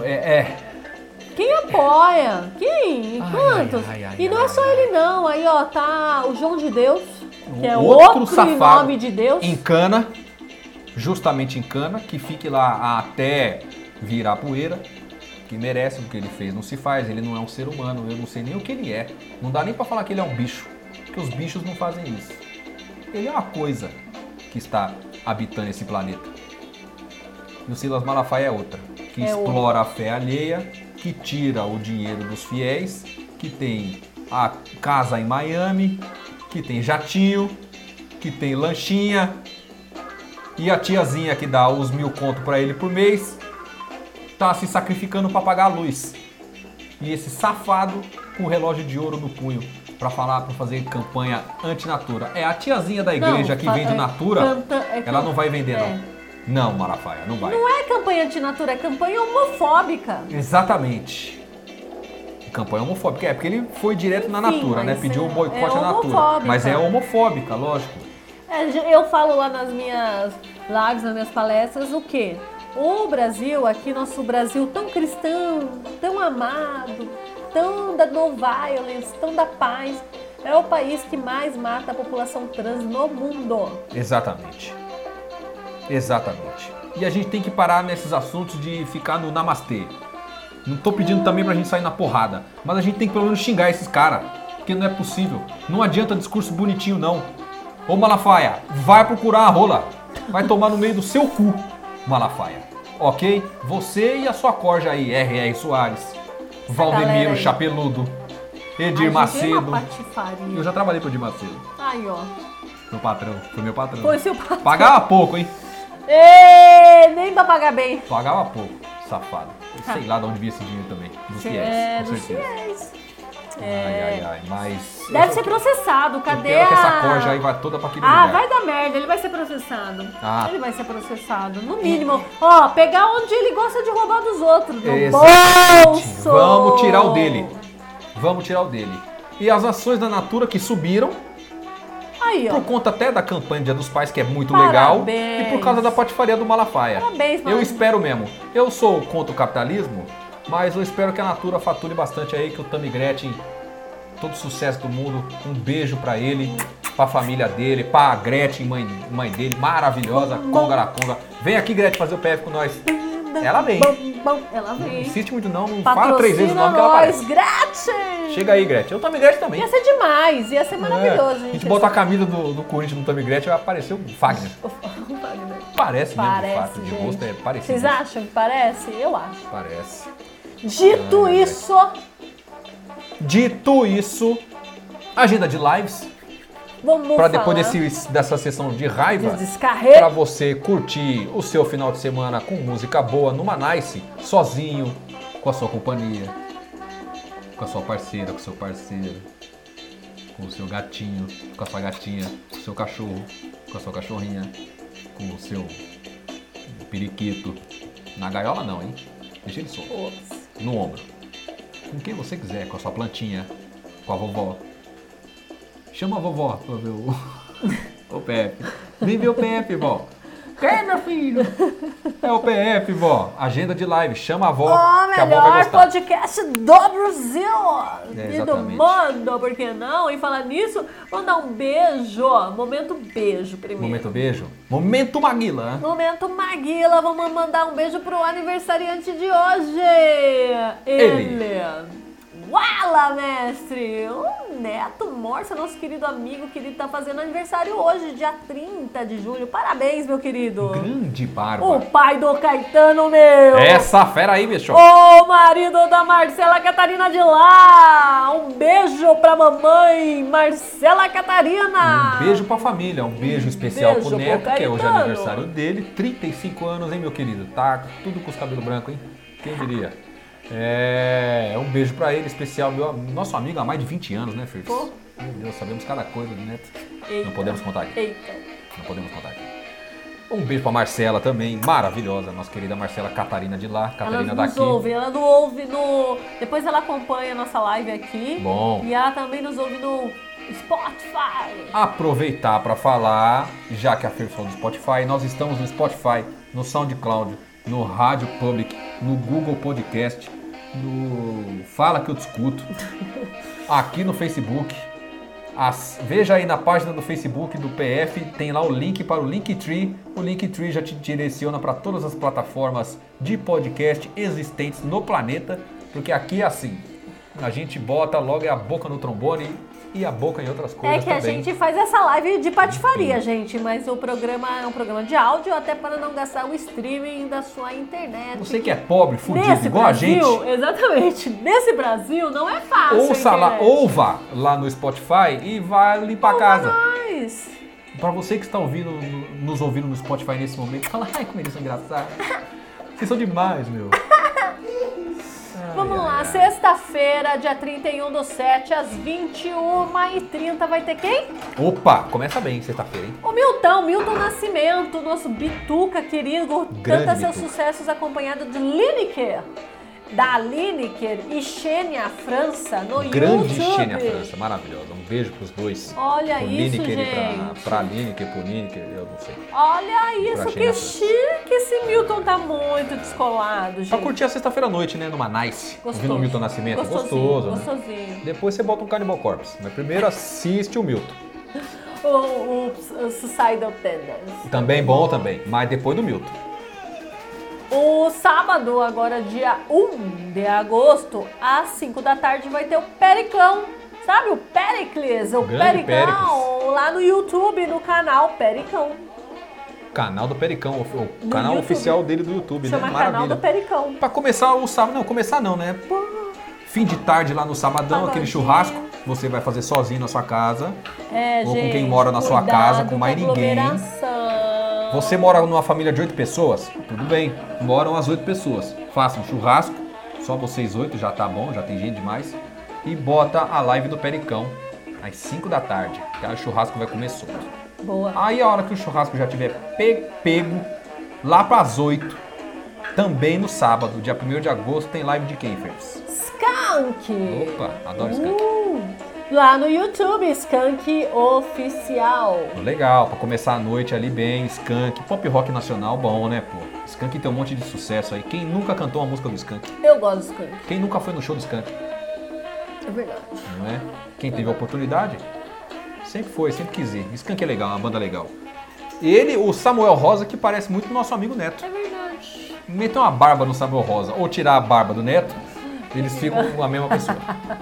[SPEAKER 2] Quem apoia? Quem?
[SPEAKER 1] Ai,
[SPEAKER 2] Quantos?
[SPEAKER 1] ai,
[SPEAKER 2] E não é só ele não. Aí, ó, tá o João de Deus, que é
[SPEAKER 1] outro
[SPEAKER 2] outro
[SPEAKER 1] safado
[SPEAKER 2] nome de Deus.
[SPEAKER 1] em cana, justamente em cana, que fique lá até virar poeira, que merece o que ele fez. Não se faz, ele não é um ser humano, eu não sei nem o que ele é. Não dá nem pra falar que ele é um bicho, porque os bichos não fazem isso. Ele é uma coisa que está habitando esse planeta. E o Silas Malafaia é outra, que explora a fé alheia, que tira o dinheiro dos fiéis, que tem a casa em Miami, que tem jatinho, que tem lanchinha, e a tiazinha que dá os 1.000 conto pra ele por mês tá se sacrificando pra pagar a luz. E esse safado com o relógio de ouro no punho pra fazer campanha anti-natura. A tiazinha da igreja que vende natura, ela não vai vender não. Não, Malafaia, não vai.
[SPEAKER 2] Não é campanha anti-natura, é campanha homofóbica.
[SPEAKER 1] Exatamente. Campanha homofóbica, porque ele foi direto na natura, né? Pediu o boicote à natura. Mas é homofóbica, lógico.
[SPEAKER 2] Eu falo lá nas minhas lives, nas minhas palestras, o quê? O Brasil, aqui, nosso Brasil tão cristão, tão amado, tão da no violence, tão da paz, é o país que mais mata a população trans no mundo.
[SPEAKER 1] Exatamente. Exatamente. E a gente tem que parar nesses assuntos de ficar no namastê. Não tô pedindo também pra gente sair na porrada, mas a gente tem que pelo menos xingar esses caras, porque não é possível. Não adianta discurso bonitinho não. Ô Malafaia, vai procurar a rola. Vai tomar no meio do seu cu, Malafaia. Ok? Você e a sua corja aí, R.R. Soares, Valdemiro Chapeludo, Edir Macedo. Eu já trabalhei pro Edir Macedo.
[SPEAKER 2] Aí, ó.
[SPEAKER 1] Meu patrão, foi meu patrão.
[SPEAKER 2] Foi seu patrão.
[SPEAKER 1] Pagava pouco, hein?
[SPEAKER 2] Nem pra pagar bem.
[SPEAKER 1] Pagava pouco, safado. Eu sei lá de onde via esse dinheiro também. Dos fiéis, com certeza. Ai, mas...
[SPEAKER 2] Deve ser processado, cadê
[SPEAKER 1] eu quero que essa corja aí vai toda pra aquele lugar.
[SPEAKER 2] Vai dar merda, ele vai ser processado.
[SPEAKER 1] Ah.
[SPEAKER 2] Ele vai ser processado, no mínimo. Ó, pegar onde ele gosta de roubar dos outros, do
[SPEAKER 1] exatamente.
[SPEAKER 2] bolso.
[SPEAKER 1] Vamos tirar o dele. Vamos tirar o dele. E as ações da Natura que subiram,
[SPEAKER 2] aí, ó.
[SPEAKER 1] por conta até da campanha Dia dos Pais, que é muito
[SPEAKER 2] Parabéns.
[SPEAKER 1] legal, e por causa da patifaria do Malafaia.
[SPEAKER 2] Parabéns,
[SPEAKER 1] eu espero mesmo. Eu sou contra o capitalismo, mas eu espero que a Natura fature bastante aí, que o Tammy Gretchen, todo sucesso do mundo, um beijo pra ele, pra família dele, pra Gretchen, mãe dele, maravilhosa, conga na conga. Vem aqui, Gretchen, fazer o PF com nós. Ela vem.
[SPEAKER 2] Ela vem.
[SPEAKER 1] Não insiste muito não fala 3 vezes o nome que ela aparece.
[SPEAKER 2] Gretchen!
[SPEAKER 1] Chega aí, Gretchen. Eu Tammy Gretchen também.
[SPEAKER 2] Ia ser demais, ia ser maravilhoso.
[SPEAKER 1] A gente bota a camisa do Corinthians no Tammy Gretchen, vai aparecer o Fagner. Parece mesmo, de fato, de rosto é parecido.
[SPEAKER 2] Vocês acham que parece? Eu acho.
[SPEAKER 1] Parece.
[SPEAKER 2] Dito isso,
[SPEAKER 1] agenda de lives.
[SPEAKER 2] Vamos
[SPEAKER 1] para depois dessa sessão de raiva, para você curtir o seu final de semana com música boa numa nice, sozinho, com a sua companhia, com a sua parceira, com o seu parceiro, com o seu gatinho, com a sua gatinha, com o seu cachorro, com a sua cachorrinha, com o seu periquito. Na gaiola não, hein? Deixa ele solto. No ombro. Com quem você quiser, com a sua plantinha, com a vovó. Chama a vovó pra ver o Pepe. Vem ver o Pepe, vó.
[SPEAKER 2] quê, meu filho?
[SPEAKER 1] É o PF, vó. Agenda de live. Chama a avó,
[SPEAKER 2] O
[SPEAKER 1] que a avó vai
[SPEAKER 2] melhor
[SPEAKER 1] gostar.
[SPEAKER 2] podcast do Brasil e do
[SPEAKER 1] exatamente.
[SPEAKER 2] mundo, por que não? E falar nisso, mandar um beijo. Momento beijo primeiro.
[SPEAKER 1] Momento beijo. Momento Maguila.
[SPEAKER 2] Momento Maguila, vamos mandar um beijo pro aniversariante de hoje. Ele. Wala, mestre! O Neto Morsa, nosso querido amigo, tá fazendo aniversário hoje, dia 30 de julho. Parabéns, meu querido.
[SPEAKER 1] Grande barba.
[SPEAKER 2] O pai do Caetano, meu.
[SPEAKER 1] Essa fera aí, bicho.
[SPEAKER 2] O marido da Marcela Catarina de lá. Um beijo pra mamãe Marcela Catarina.
[SPEAKER 1] Um beijo pra família, um beijo especial
[SPEAKER 2] Beijo
[SPEAKER 1] pro Neto,
[SPEAKER 2] pro
[SPEAKER 1] que é hoje
[SPEAKER 2] Caetano.
[SPEAKER 1] aniversário dele. 35 anos, hein, meu querido? Tá tudo com os cabelos brancos, hein? Quem diria? Um beijo pra ele, especial, nosso amigo há mais de 20 anos, né, Fritz?
[SPEAKER 2] Pô.
[SPEAKER 1] Meu Deus, sabemos cada coisa do Neto.
[SPEAKER 2] Eita.
[SPEAKER 1] Não podemos contar aqui.
[SPEAKER 2] Eita.
[SPEAKER 1] Não podemos contar aqui. Um beijo pra Marcela também, maravilhosa, nossa querida Marcela Catarina de lá, Catarina
[SPEAKER 2] Ela nos
[SPEAKER 1] daqui.
[SPEAKER 2] ouve, ela não ouve no... Depois ela acompanha a nossa live aqui.
[SPEAKER 1] Bom.
[SPEAKER 2] E ela também nos ouve no Spotify.
[SPEAKER 1] Aproveitar para falar, já que a Fer falou do Spotify, nós estamos no Spotify, no SoundCloud, no Rádio Public, no Google Podcast, no Fala Que Eu Discuto, aqui no Facebook. Veja aí na página do Facebook do PF, tem lá o link para o Linktree. O Linktree já te direciona para todas as plataformas de podcast existentes no planeta, porque aqui é assim, a gente bota logo a boca no trombone e a boca em outras coisas também.
[SPEAKER 2] É que a gente faz essa live de patifaria, gente, mas o programa é um programa de áudio, até para não gastar o streaming da sua internet.
[SPEAKER 1] Você que é pobre, fudido,
[SPEAKER 2] Nesse
[SPEAKER 1] igual
[SPEAKER 2] Brasil,
[SPEAKER 1] a gente,
[SPEAKER 2] exatamente, nesse Brasil não é fácil.
[SPEAKER 1] ouva lá no Spotify e vá limpar a casa.
[SPEAKER 2] Nós.
[SPEAKER 1] Pra você que está nos ouvindo no Spotify nesse momento, fala, ai, como eles são engraçados. Vocês são demais, meu.
[SPEAKER 2] Vamos lá, sexta-feira, dia 31/7, às 21h30, vai ter quem?
[SPEAKER 1] Opa, começa bem sexta-feira, hein?
[SPEAKER 2] O Milton Nascimento, nosso bituca querido, canta seus sucessos acompanhado de Lineker, da Lineker e Xênia França no
[SPEAKER 1] Grande
[SPEAKER 2] YouTube.
[SPEAKER 1] Xênia França, maravilhosa. Um beijo pros dois.
[SPEAKER 2] Olha
[SPEAKER 1] pro
[SPEAKER 2] isso,
[SPEAKER 1] Lineker
[SPEAKER 2] gente.
[SPEAKER 1] E pra Lineker, pro Lineker, eu não sei.
[SPEAKER 2] Olha isso,
[SPEAKER 1] Pra
[SPEAKER 2] que
[SPEAKER 1] Xênia
[SPEAKER 2] chique. Esse Milton tá muito descolado, gente.
[SPEAKER 1] Pra curtir a sexta-feira à noite, né? Numa nice. Ouvindo o Milton Nascimento. Gostoso, né?
[SPEAKER 2] Gostosinho.
[SPEAKER 1] Depois você bota um Cannibal Corpse. Mas primeiro assiste o Milton.
[SPEAKER 2] O Suicidal Tendencies.
[SPEAKER 1] Também bom também, mas depois do Milton.
[SPEAKER 2] O sábado, agora dia 1 de agosto, às 5 da tarde, vai ter o Pericão. Sabe o Pericles? O
[SPEAKER 1] Grande
[SPEAKER 2] Pericão, lá no YouTube, no canal Pericão.
[SPEAKER 1] Canal do Pericão, o
[SPEAKER 2] No
[SPEAKER 1] canal
[SPEAKER 2] YouTube.
[SPEAKER 1] oficial dele do YouTube,
[SPEAKER 2] Chama
[SPEAKER 1] né?
[SPEAKER 2] canal
[SPEAKER 1] Maravilha.
[SPEAKER 2] do Pericão.
[SPEAKER 1] Pra começar o sábado, não, começar não, né? Fim de tarde lá no sabadão, aquele churrasco, você vai fazer sozinho na sua casa, ou com quem mora na sua casa, com mais ninguém. Você mora numa família de 8 pessoas? Tudo bem, moram as 8 pessoas. Faça um churrasco, só vocês 8, já tá bom, já tem gente demais. E bota a live do Pericão, às 5 da tarde, que aí o churrasco vai comer solto.
[SPEAKER 2] Boa.
[SPEAKER 1] Aí a hora que o churrasco já tiver pego, lá pras 8, também no sábado, dia 1º de agosto, tem live de quem, Fers?
[SPEAKER 2] Skunk.
[SPEAKER 1] Opa, adoro Skunk.
[SPEAKER 2] Lá no YouTube, Skunk Oficial.
[SPEAKER 1] Legal, pra começar a noite ali bem, Skunk, pop rock nacional, bom, né, pô? Skunk tem um monte de sucesso aí. Quem nunca cantou uma música do Skunk?
[SPEAKER 2] Eu gosto do Skunk.
[SPEAKER 1] Quem nunca foi no show do Skunk?
[SPEAKER 2] É verdade.
[SPEAKER 1] Não é? Quem teve a oportunidade, sempre foi, sempre quis ir. Skunk é legal, uma banda legal. Ele, o Samuel Rosa, que parece muito nosso amigo Neto.
[SPEAKER 2] É verdade.
[SPEAKER 1] Meter uma barba no Samuel Rosa ou tirar a barba do Neto, eles ficam a mesma pessoa.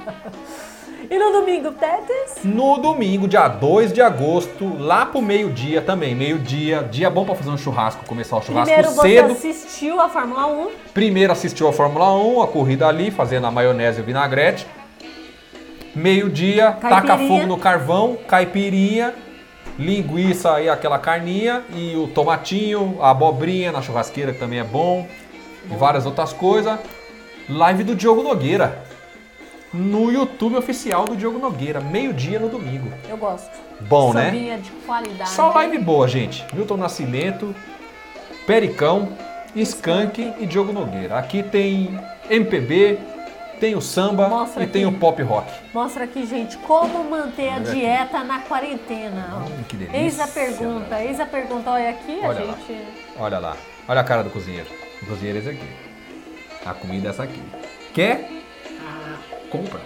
[SPEAKER 2] E no domingo, Tetes?
[SPEAKER 1] No domingo, dia 2 de agosto, lá pro meio-dia também. Meio-dia, dia bom pra fazer um churrasco, começar o churrasco
[SPEAKER 2] Primeiro
[SPEAKER 1] cedo.
[SPEAKER 2] você assistiu a Fórmula 1.
[SPEAKER 1] Primeiro assistiu a Fórmula 1, a corrida ali, fazendo a maionese e o vinagrete. Meio-dia, taca
[SPEAKER 2] Caipirinha.
[SPEAKER 1] fogo no carvão, caipirinha, linguiça e aquela carninha, e o tomatinho, a abobrinha na churrasqueira, que também é bom, e várias outras coisas. Live do Diogo Nogueira, no YouTube oficial do Diogo Nogueira, meio-dia no domingo.
[SPEAKER 2] Eu gosto.
[SPEAKER 1] Bom, né?
[SPEAKER 2] Sambinha de qualidade.
[SPEAKER 1] Só live boa, gente. Milton Nascimento, Pericão, Skunk e Diogo Nogueira. Aqui tem MPB, tem o samba
[SPEAKER 2] Mostra
[SPEAKER 1] e tem
[SPEAKER 2] aqui.
[SPEAKER 1] o pop rock.
[SPEAKER 2] Mostra aqui, gente, como manter a
[SPEAKER 1] Olha aqui.
[SPEAKER 2] dieta na quarentena.
[SPEAKER 1] Que delícia.
[SPEAKER 2] Eis a pergunta. Olha aqui,
[SPEAKER 1] Olha
[SPEAKER 2] a
[SPEAKER 1] lá.
[SPEAKER 2] gente...
[SPEAKER 1] Olha lá. Olha a cara do cozinheiro. O cozinheiro é esse aqui. A comida é essa aqui. Quer? Compra.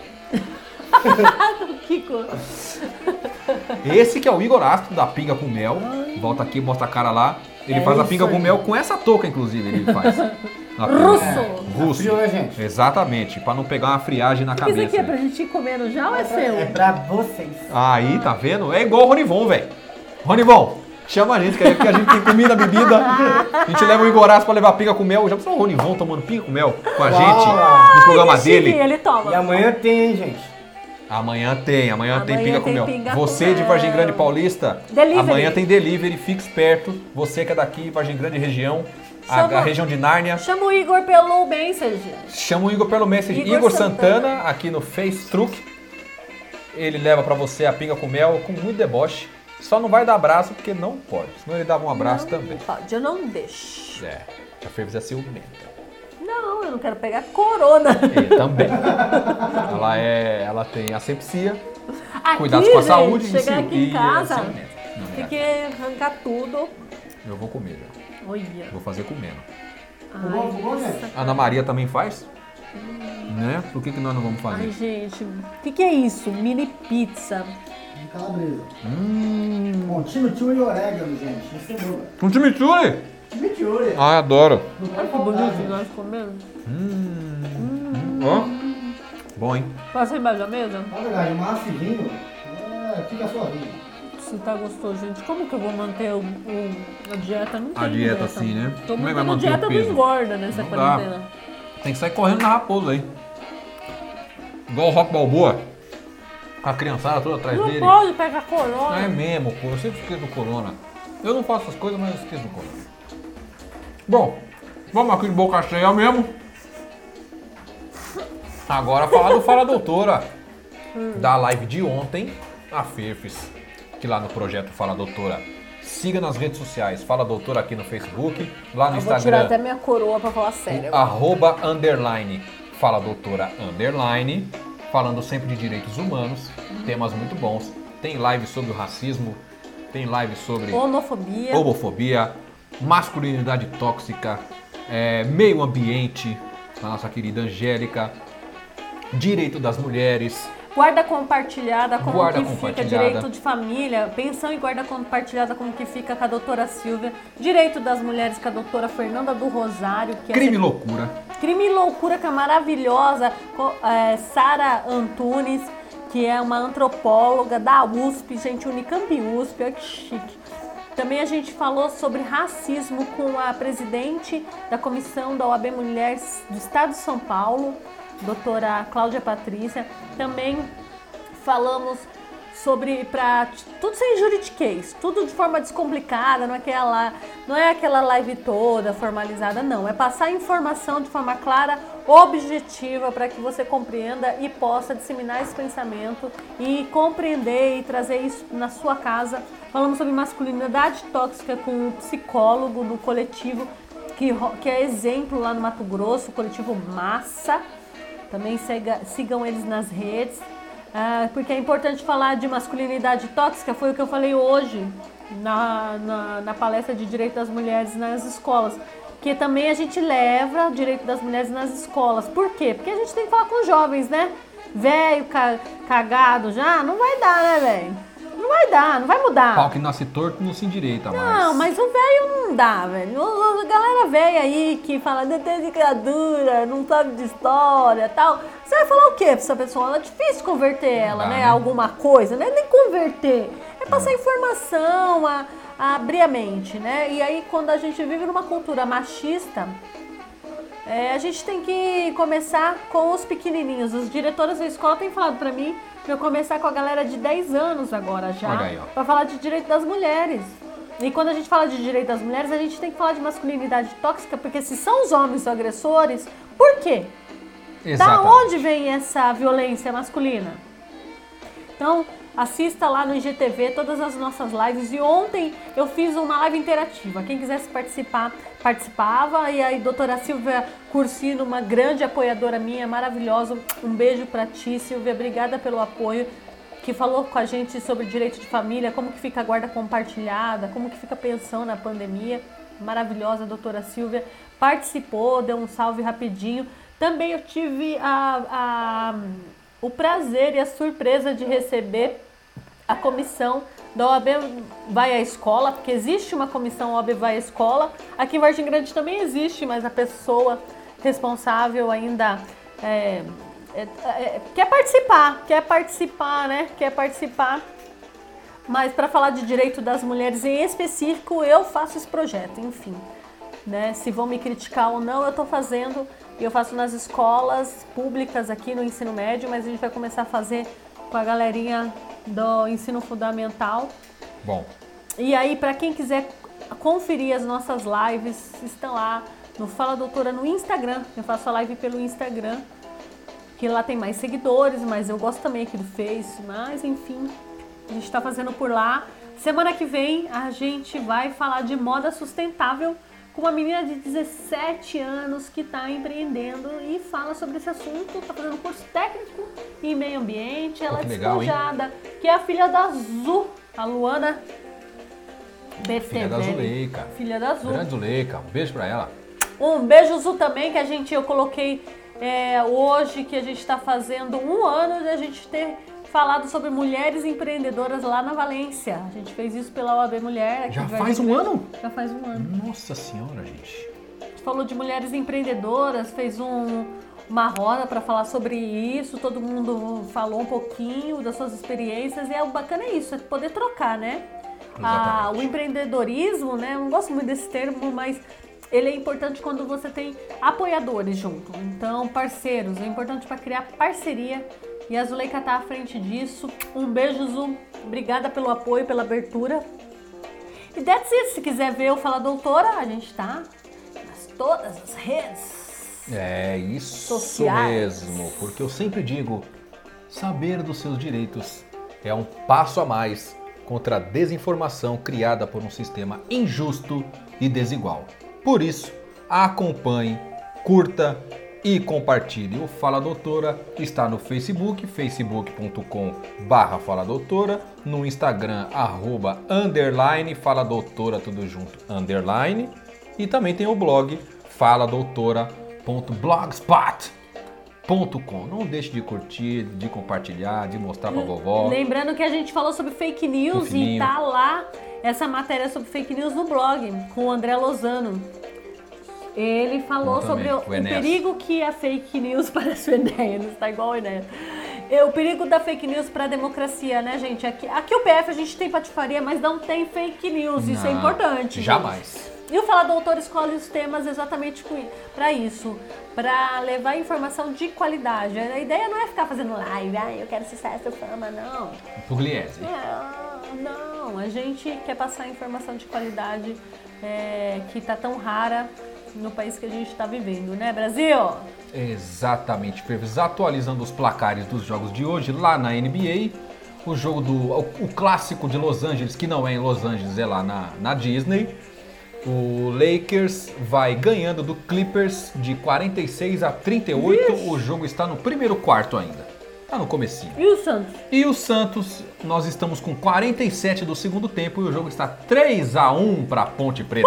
[SPEAKER 2] Kiko.
[SPEAKER 1] Esse que é o Igor Astro da pinga com mel. Volta aqui, mostra a cara lá. Ele faz a
[SPEAKER 3] isso
[SPEAKER 1] pinga com
[SPEAKER 3] aí.
[SPEAKER 1] mel com essa touca, inclusive, ele faz. A pinga.
[SPEAKER 2] Russo.
[SPEAKER 1] Russo.
[SPEAKER 3] Frio, né, gente?
[SPEAKER 1] Exatamente, pra não pegar uma friagem na
[SPEAKER 2] Isso
[SPEAKER 1] cabeça.
[SPEAKER 2] aqui é pra gente ir comendo já ou é
[SPEAKER 3] É
[SPEAKER 2] seu?
[SPEAKER 3] pra vocês.
[SPEAKER 1] Aí, tá vendo? É igual o Ronivon, velho. Ronivon, chama a gente, que a gente tem comida, bebida. A gente leva o Igor Astro pra levar pinga com mel. Já pensou o Ronivon tomando pinga com mel com a
[SPEAKER 3] Uau.
[SPEAKER 1] gente no programa
[SPEAKER 2] Que chique,
[SPEAKER 1] dele?
[SPEAKER 2] ele toma.
[SPEAKER 3] E amanhã tem, hein, gente?
[SPEAKER 1] Amanhã tem
[SPEAKER 2] Amanhã
[SPEAKER 1] pinga com
[SPEAKER 2] tem
[SPEAKER 1] mel.
[SPEAKER 2] pinga com
[SPEAKER 1] Você de
[SPEAKER 2] mel.
[SPEAKER 1] Vargem Grande Paulista,
[SPEAKER 2] Delivery.
[SPEAKER 1] amanhã tem delivery, fique esperto. Você que é daqui, Vargem Grande região,
[SPEAKER 2] Chama-
[SPEAKER 1] a região de Nárnia,
[SPEAKER 2] Chama o Igor pelo Messenger.
[SPEAKER 1] chama o Igor pelo Message,
[SPEAKER 2] Igor
[SPEAKER 1] Igor
[SPEAKER 2] Santana.
[SPEAKER 1] Santana, aqui no Facebook. Ele leva pra você a pinga com mel com muito deboche. Só não vai dar abraço porque não pode, senão ele dava um abraço
[SPEAKER 2] Não
[SPEAKER 1] também.
[SPEAKER 2] pode, eu não deixo.
[SPEAKER 1] É, a Fêvis é ciumenta.
[SPEAKER 2] Não, eu não quero pegar corona.
[SPEAKER 1] Ele também. Ela tem asepsia,
[SPEAKER 2] Aqui,
[SPEAKER 1] cuidados com a
[SPEAKER 2] gente,
[SPEAKER 1] saúde.
[SPEAKER 2] chegar aqui em
[SPEAKER 1] e
[SPEAKER 2] casa,
[SPEAKER 1] é ciumenta. Não,
[SPEAKER 2] tem
[SPEAKER 1] é.
[SPEAKER 2] que arrancar tudo.
[SPEAKER 1] Eu vou comer já.
[SPEAKER 2] Olha.
[SPEAKER 1] Vou fazer comendo.
[SPEAKER 3] Bom, gente.
[SPEAKER 1] A Ana Maria também faz? Né? Por que nós não vamos fazer?
[SPEAKER 2] Ai, gente, o que é isso? Mini pizza.
[SPEAKER 3] Um calabresa. Com chimichurri e orégano, gente. E cebola.
[SPEAKER 1] Com chimichurri?
[SPEAKER 3] Chimichurri.
[SPEAKER 1] Ah, adoro.
[SPEAKER 3] Não
[SPEAKER 2] Olha
[SPEAKER 3] pode
[SPEAKER 2] que
[SPEAKER 3] faltar,
[SPEAKER 2] bonito
[SPEAKER 3] gente.
[SPEAKER 2] nós comemos.
[SPEAKER 1] Ó. Bom, hein?
[SPEAKER 2] Passa embaixo da mesa?
[SPEAKER 3] Na verdade, massa e vinho, fica sozinho.
[SPEAKER 2] Se tá gostoso, gente. Como que eu vou manter a dieta? Não tem
[SPEAKER 1] A dieta assim, né?
[SPEAKER 2] Tô
[SPEAKER 1] Como é que vai
[SPEAKER 2] mantendo a
[SPEAKER 1] manter o
[SPEAKER 2] dieta do
[SPEAKER 1] peso?
[SPEAKER 2] engorda nessa
[SPEAKER 1] Não dá.
[SPEAKER 2] quarentena.
[SPEAKER 1] Tem que sair correndo na raposa aí. Igual o Rock Balboa. Com a criançada toda atrás
[SPEAKER 2] Não
[SPEAKER 1] dele.
[SPEAKER 2] pode pegar corona.
[SPEAKER 1] É mesmo, pô. Eu sempre esqueço do corona. Eu não faço essas coisas, mas eu esqueço do corona. Bom, vamos aqui de boca cheia mesmo. Agora falar do Fala Doutora. Da live de ontem, a Fefes, que lá no projeto Fala Doutora. Siga nas redes sociais, Fala Doutora aqui no Facebook, lá no
[SPEAKER 2] Eu vou tirar
[SPEAKER 1] Instagram,
[SPEAKER 2] até minha coroa pra falar sério.
[SPEAKER 1] @_ Fala Doutora _, falando sempre de direitos humanos, temas muito bons. Tem live sobre o racismo, tem live sobre
[SPEAKER 2] Homofobia.
[SPEAKER 1] homofobia, masculinidade tóxica, meio ambiente, a nossa querida Angélica, direito das mulheres,
[SPEAKER 2] Guarda compartilhada, como
[SPEAKER 1] Guarda
[SPEAKER 2] que fica,
[SPEAKER 1] compartilhada.
[SPEAKER 2] direito de família, pensão e guarda compartilhada, como que fica com a doutora Silvia, direito das mulheres com a doutora Fernanda do Rosário, que
[SPEAKER 1] crime e
[SPEAKER 2] é
[SPEAKER 1] loucura.
[SPEAKER 2] Crime e Loucura, que é maravilhosa, Sara Antunes, que é uma antropóloga da USP, gente, Unicamp USP, olha que chique. Também a gente falou sobre racismo com a presidente da comissão da OAB Mulheres do Estado de São Paulo, doutora Cláudia Patrícia. Também falamos sobre tudo sem juridiquês, tudo de forma descomplicada, não é aquela live toda formalizada, não. É passar informação de forma clara, objetiva, para que você compreenda e possa disseminar esse pensamento e compreender e trazer isso na sua casa. Falamos sobre masculinidade tóxica com um psicólogo do coletivo que é exemplo lá no Mato Grosso, o coletivo Massa. Também sigam eles nas redes. Porque é importante falar de masculinidade tóxica, foi o que eu falei hoje na palestra de Direito das Mulheres nas escolas. Que também a gente leva o direito das mulheres nas escolas. Por quê? Porque a gente tem que falar com os jovens, né? Velho, cagado já, não vai dar, né, velho? Não vai dar, não vai mudar.
[SPEAKER 1] Pau que nasce torto não se endireita mais.
[SPEAKER 2] Não, mas o velho não dá, velho. A galera velha aí que fala de ditadura, não sabe de história e tal. Você vai falar o quê pra essa pessoa? É difícil converter ela,
[SPEAKER 1] Dá,
[SPEAKER 2] né?
[SPEAKER 1] né?
[SPEAKER 2] A alguma coisa, né? Nem converter. É passar informação, a abrir a mente, né? E aí, quando a gente vive numa cultura machista, a gente tem que começar com os pequenininhos. Os diretores da escola têm falado pra mim pra eu começar com a galera de 10 anos agora já,
[SPEAKER 1] Olha aí, ó.
[SPEAKER 2] pra falar de direito das mulheres. E quando a gente fala de direito das mulheres, a gente tem que falar de masculinidade tóxica, porque se são os homens os agressores, por quê? Da
[SPEAKER 1] Exatamente.
[SPEAKER 2] onde vem essa violência masculina? Então, Assista lá no IGTV todas as nossas lives. E ontem eu fiz uma live interativa. Quem quisesse participar, participava. E aí, doutora Silvia Cursino, uma grande apoiadora minha, maravilhosa. Um beijo pra ti, Silvia. Obrigada pelo apoio. Que falou com a gente sobre direito de família, como que fica a guarda compartilhada, como que fica a pensão na pandemia. Maravilhosa, doutora Silvia. Participou, deu um salve rapidinho. Também eu tive o prazer e a surpresa de receber a comissão da OAB Vai à Escola, porque existe uma comissão OAB Vai à Escola. Aqui em Vargem Grande também existe, mas a pessoa responsável ainda quer participar, né? Quer participar. Mas para falar de direito das mulheres em específico, eu faço esse projeto, enfim. Né? Se vão me criticar ou não, eu estou fazendo. Eu faço nas escolas públicas aqui no ensino médio, mas a gente vai começar a fazer com a galerinha do ensino fundamental.
[SPEAKER 1] Bom.
[SPEAKER 2] E aí, para quem quiser conferir as nossas lives, estão lá no Fala Doutora no Instagram. Eu faço a live pelo Instagram, que lá tem mais seguidores, mas eu gosto também aqui do Face, mas enfim, a gente está fazendo por lá. Semana que vem a gente vai falar de moda sustentável com uma menina de 17 anos que está empreendendo e fala sobre esse assunto, está fazendo curso técnico em meio ambiente, ela é despojada, que é a filha da Zu, a Luana Bertevelli.
[SPEAKER 1] Filha da Zuleika.
[SPEAKER 2] Filha da Zu.
[SPEAKER 1] Grande Zuleika, um beijo pra ela.
[SPEAKER 2] Um beijo, Zu, também, que eu coloquei hoje, que a gente está fazendo 1 ano de a gente ter falado sobre mulheres empreendedoras lá na Valência. A gente fez isso pela OAB Mulher.
[SPEAKER 1] Já faz um ano?
[SPEAKER 2] Já faz 1 ano.
[SPEAKER 1] Nossa senhora, gente.
[SPEAKER 2] A gente falou de mulheres empreendedoras, fez uma roda para falar sobre isso, todo mundo falou um pouquinho das suas experiências e o bacana é isso, é poder trocar, né? O empreendedorismo, né? Eu não gosto muito desse termo, mas ele é importante quando você tem apoiadores junto. Então, parceiros, é importante para criar parceria. E a Zuleika tá à frente disso. Um beijo, Zu. Obrigada pelo apoio, pela abertura. E that's it. Se quiser ver o Fala Doutora, a gente tá nas todas as redes.
[SPEAKER 1] É isso
[SPEAKER 2] sociais.
[SPEAKER 1] Mesmo. Porque eu sempre digo, saber dos seus direitos é um passo a mais contra a desinformação criada por um sistema injusto e desigual. Por isso, acompanhe, curta e compartilhe. O Fala Doutora está no Facebook, facebook.com/Fala Doutora, no Instagram, @Fala Doutora, tudo junto, _ e também tem o blog faladoutora.blogspot.com. Não deixe de curtir, de compartilhar, de mostrar pra vovó.
[SPEAKER 2] Lembrando que a gente falou sobre fake news e tá lá essa matéria sobre fake news no blog, com o André Lozano. Ele falou sobre o perigo que a fake news parece o Enéas, tá igual o Enéas. O perigo da fake news para a democracia, né, gente? Aqui o PF a gente tem patifaria, mas não tem fake news, isso é importante.
[SPEAKER 1] Jamais.
[SPEAKER 2] E o Fala Doutor escolhe os temas exatamente para isso, para levar informação de qualidade. A ideia não é ficar fazendo live, eu quero sucesso, fama, não.
[SPEAKER 1] Pugliese.
[SPEAKER 2] Não, a gente quer passar informação de qualidade que tá tão rara no país que a gente está vivendo, né, Brasil?
[SPEAKER 1] Exatamente, Ferves. Atualizando os placares dos jogos de hoje lá na NBA, o jogo o clássico de Los Angeles, que não é em Los Angeles, é lá na Disney. O Lakers vai ganhando do Clippers de 46-38. O jogo está no primeiro quarto ainda. Tá no comecinho. E o Santos, nós estamos com 47 do segundo tempo e o jogo está 3-1 para Ponte Preta.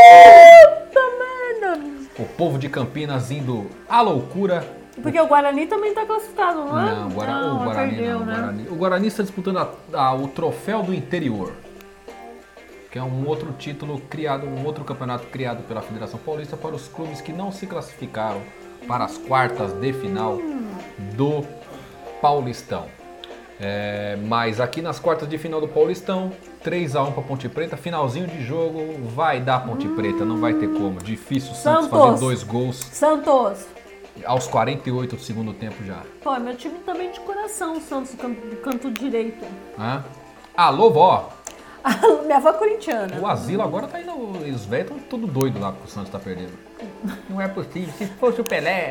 [SPEAKER 1] O povo de Campinas indo à loucura.
[SPEAKER 2] Porque o Guarani também está classificado, não é?
[SPEAKER 1] Não, o Guarani
[SPEAKER 2] perdeu,
[SPEAKER 1] não.
[SPEAKER 2] Né?
[SPEAKER 1] O Guarani está disputando o Troféu do Interior, que é um outro título criado, um outro campeonato criado pela Federação Paulista para os clubes que não se classificaram para as quartas de final do Paulistão. Mas aqui nas quartas de final do Paulistão, 3-1 para Ponte Preta, finalzinho de jogo, vai dar Ponte Preta, não vai ter como. Difícil o Santos fazer 2 gols.
[SPEAKER 2] Santos!
[SPEAKER 1] Aos 48 do segundo tempo já.
[SPEAKER 2] Pô, meu time também de coração, o Santos do canto direito.
[SPEAKER 1] Alô, vó!
[SPEAKER 2] Minha avó é corintiana.
[SPEAKER 1] O asilo agora tá indo, os velhos estão tudo doido lá porque o Santos tá perdendo. Não é possível, se fosse o Pelé.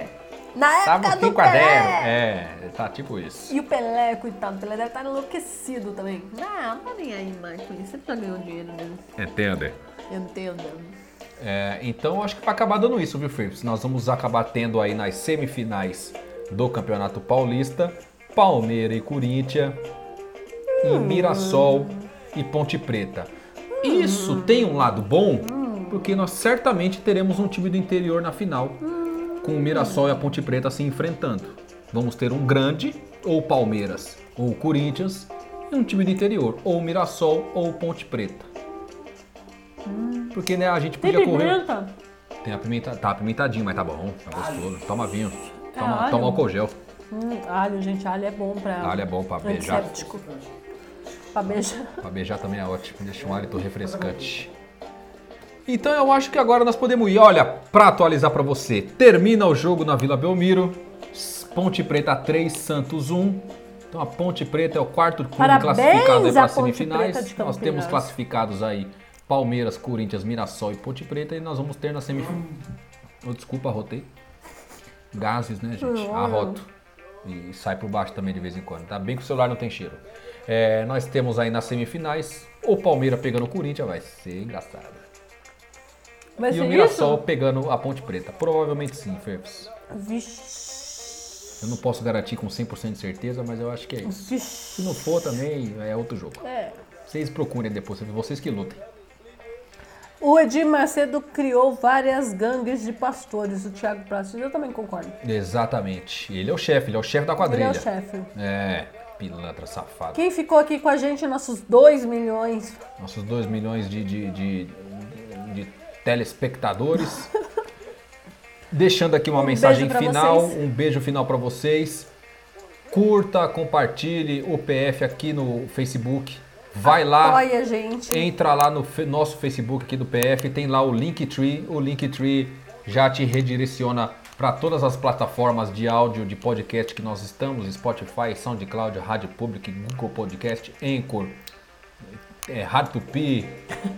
[SPEAKER 2] Na
[SPEAKER 1] Tava
[SPEAKER 2] época do
[SPEAKER 1] 5 a 0.
[SPEAKER 2] Pelé.
[SPEAKER 1] Tá tipo isso.
[SPEAKER 2] E o Pelé, coitado, o Pelé deve estar enlouquecido também. Não tá nem aí mais com isso. Sempre já ganhou dinheiro mesmo.
[SPEAKER 1] Entende?
[SPEAKER 2] Entenda.
[SPEAKER 1] Então acho que vai acabar dando isso, viu, Felipe? Nós vamos acabar tendo aí nas semifinais do Campeonato Paulista, Palmeiras e Corinthians, e Mirassol e Ponte Preta. Isso tem um lado bom, porque nós certamente teremos um time do interior na final, com o Mirassol e a Ponte Preta se enfrentando. Vamos ter um grande, ou Palmeiras, ou Corinthians, e um time do interior, ou Mirassol ou Ponte Preta. Porque, né, a gente
[SPEAKER 2] Tem
[SPEAKER 1] podia correr.
[SPEAKER 2] pimenta?
[SPEAKER 1] Tem a pimenta, tá apimentadinho, mas tá bom, tá gostoso. Toma vinho,
[SPEAKER 2] alho.
[SPEAKER 1] toma álcool gel.
[SPEAKER 2] Alho, gente, alho é bom pra...
[SPEAKER 1] Alho é bom pra beijar.
[SPEAKER 2] Antisséptico. Pra beijar.
[SPEAKER 1] Pra beijar também é ótimo, deixa um hálito refrescante. Então eu acho que agora nós podemos ir. Olha, pra atualizar pra você, termina o jogo na Vila Belmiro, Ponte Preta 3, Santos 1. Então a Ponte Preta é o quarto clube
[SPEAKER 2] Parabéns
[SPEAKER 1] classificado aí
[SPEAKER 2] à
[SPEAKER 1] para
[SPEAKER 2] Ponte
[SPEAKER 1] semifinais.
[SPEAKER 2] Preta de
[SPEAKER 1] Nós
[SPEAKER 2] Campinas.
[SPEAKER 1] temos classificados aí Palmeiras, Corinthians, Mirassol e Ponte Preta, e nós vamos ter na semifinal. Oh, desculpa, arrotei. Gases, né, gente? Arroto. E sai por baixo também de vez em quando. Tá bem que o celular não tem cheiro. Nós temos aí nas semifinais o Palmeiras pegando o Corinthians, vai ser engraçado.
[SPEAKER 2] Vai
[SPEAKER 1] E
[SPEAKER 2] ser
[SPEAKER 1] o Mirassol
[SPEAKER 2] isso?
[SPEAKER 1] pegando a Ponte Preta. Provavelmente sim, Ferps.
[SPEAKER 2] Vixe.
[SPEAKER 1] Eu não posso garantir com 100% de certeza, mas eu acho que é isso.
[SPEAKER 2] Vixe.
[SPEAKER 1] Se não for também, é outro jogo. Vocês procurem depois, vocês que lutem.
[SPEAKER 2] O Edir Macedo criou várias gangues de pastores. O Thiago Prates, eu também concordo.
[SPEAKER 1] Exatamente. Ele é o chefe da
[SPEAKER 2] Ele
[SPEAKER 1] quadrilha.
[SPEAKER 2] é o chefe.
[SPEAKER 1] Pilantra safado.
[SPEAKER 2] Quem ficou aqui com a gente, nossos 2 milhões?
[SPEAKER 1] Nossos 2 milhões de telespectadores. Deixando aqui uma mensagem
[SPEAKER 2] beijo pra
[SPEAKER 1] final,
[SPEAKER 2] vocês.
[SPEAKER 1] um beijo final para vocês. Curta, compartilhe o PF aqui no Facebook. Vai lá,
[SPEAKER 2] Apoia, gente.
[SPEAKER 1] entra lá no nosso Facebook aqui do PF, tem lá o Linktree. O Linktree já te redireciona para todas as plataformas de áudio, de podcast que nós estamos, Spotify, SoundCloud, Rádio Public, Google Podcast, Anchor, Rádio Tupi,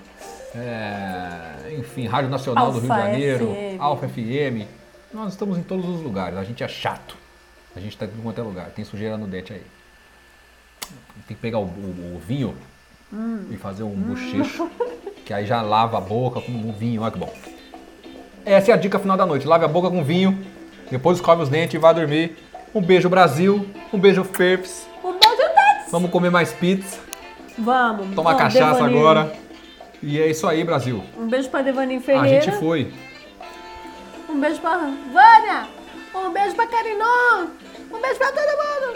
[SPEAKER 1] enfim, Rádio Nacional do Rio de
[SPEAKER 2] Alfa
[SPEAKER 1] Janeiro,
[SPEAKER 2] FM.
[SPEAKER 1] Alfa FM. Nós estamos em todos os lugares, a gente é chato. A gente está em tudo quanto é lugar, tem sujeira no dente aí. Tem que pegar o vinho e fazer um bochecho, que aí já lava a boca com um vinho, olha que bom. Essa é a dica final da noite, lave a boca com vinho, depois escove os dentes e vá dormir. Um beijo Brasil, um beijo Ferps.
[SPEAKER 2] Um beijo, Tets.
[SPEAKER 1] Vamos comer mais pizza,
[SPEAKER 2] Vamos.
[SPEAKER 1] tomar
[SPEAKER 2] Ó,
[SPEAKER 1] cachaça
[SPEAKER 2] Devaninho.
[SPEAKER 1] agora. E é isso aí, Brasil.
[SPEAKER 2] Um beijo pra Devaninho
[SPEAKER 1] A
[SPEAKER 2] Ferreira.
[SPEAKER 1] gente foi.
[SPEAKER 2] Um beijo pra Vânia. Um beijo pra Carinon. Um beijo pra todo mundo.